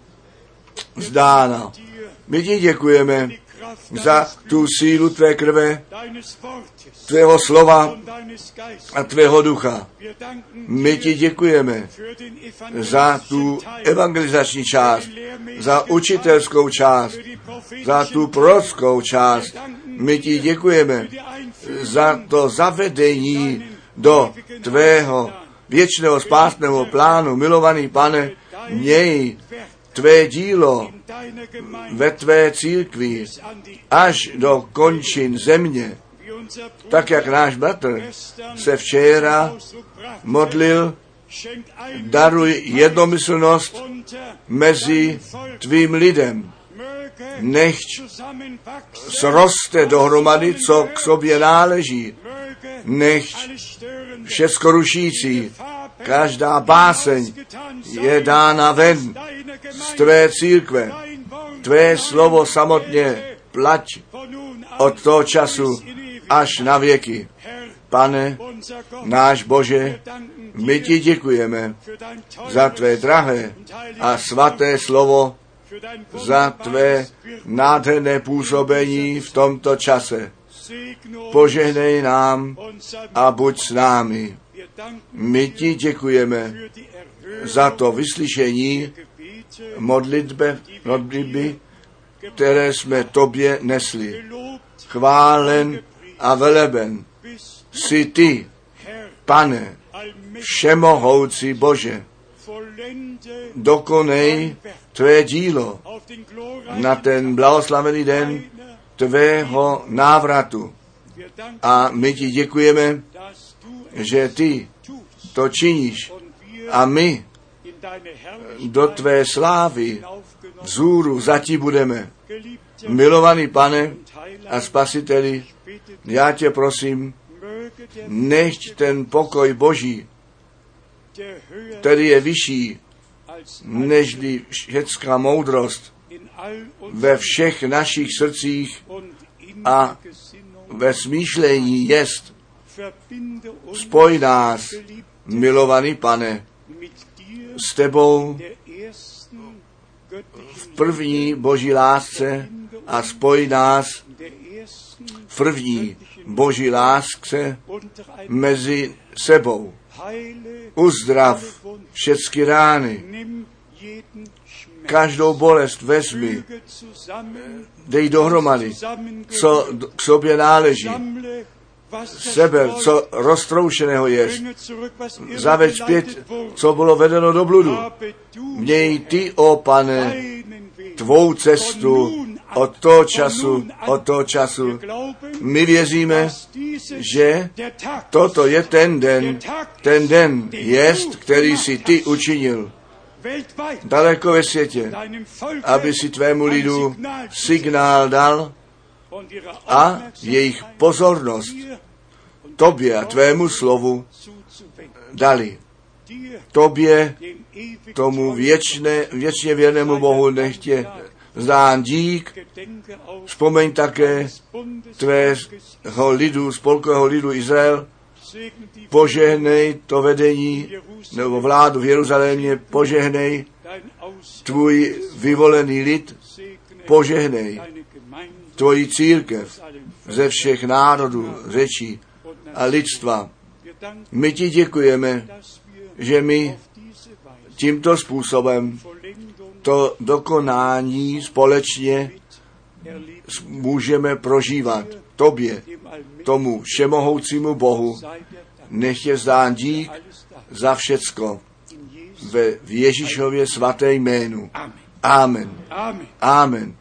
zdána. My ti děkujeme za tu sílu tvé krve, tvého slova a tvého ducha. My ti děkujeme za tu evangelizační část, za učitelskou část, za tu prorockou část. My ti děkujeme za to zavedení do tvého věčného spásného plánu. Milovaný Pane, měj tvé dílo ve tvé církvi až do končin země, tak jak náš bratr se včera modlil, daruj jednomyslnost mezi tvým lidem. Nechť sroste dohromady, co k sobě náleží. Nechť všecko rušící, každá báseň je dána ven z tvé církve. Tvé slovo samotně plať od toho času až na věky. Pane, náš Bože, my ti děkujeme za tvé drahé a svaté slovo, za tvé nádherné působení v tomto čase. Požehnej nám a buď s námi. My ti děkujeme za to vyslyšení modlitby, které jsme tobě nesli. Chválen a veleben jsi ty, Pane, všemohoucí Bože. Dokonej tvé dílo na ten blahoslavený den tvého návratu. A my ti děkujeme, že ty to činíš a my do tvé slávy vzhůru za ti budeme. Milovaný Pane a Spasiteli, já tě prosím, nechť ten pokoj Boží, který je vyšší nežli všecká moudrost, ve všech našich srdcích a ve smýšlení jest. Spoj nás, milovaný Pane, s tebou v první Boží lásce a spoj nás v první Boží lásce mezi sebou. Uzdrav všechny rány, každou bolest vezmi, dej dohromady, co k sobě náleží, seber, co roztroušeného je, zaveď zpět, co bylo vedeno do bludu. Měj ty, ó Pane, tvou cestu od toho času. My věříme, že toto je ten den jest, který si ty učinil daleko ve světě, aby si tvému lidu signál dal a jejich pozornost tobě a tvému slovu dali. Tobě, tomu věčně věrnému Bohu, nechtě vzdán dík. Vzpomeň také tvého lidu, spolkového lidu Izrael, požehnej to vedení nebo vládu v Jeruzalémě, požehnej tvůj vyvolený lid, požehnej tvoji církev ze všech národů, řečí a lidstva. My ti děkujeme, že my tímto způsobem to dokonání společně můžeme prožívat. Tobě, tomu všemohoucímu Bohu, nech je vzdán dík za všecko v Ježíšově svaté jménu. Amen. Amen.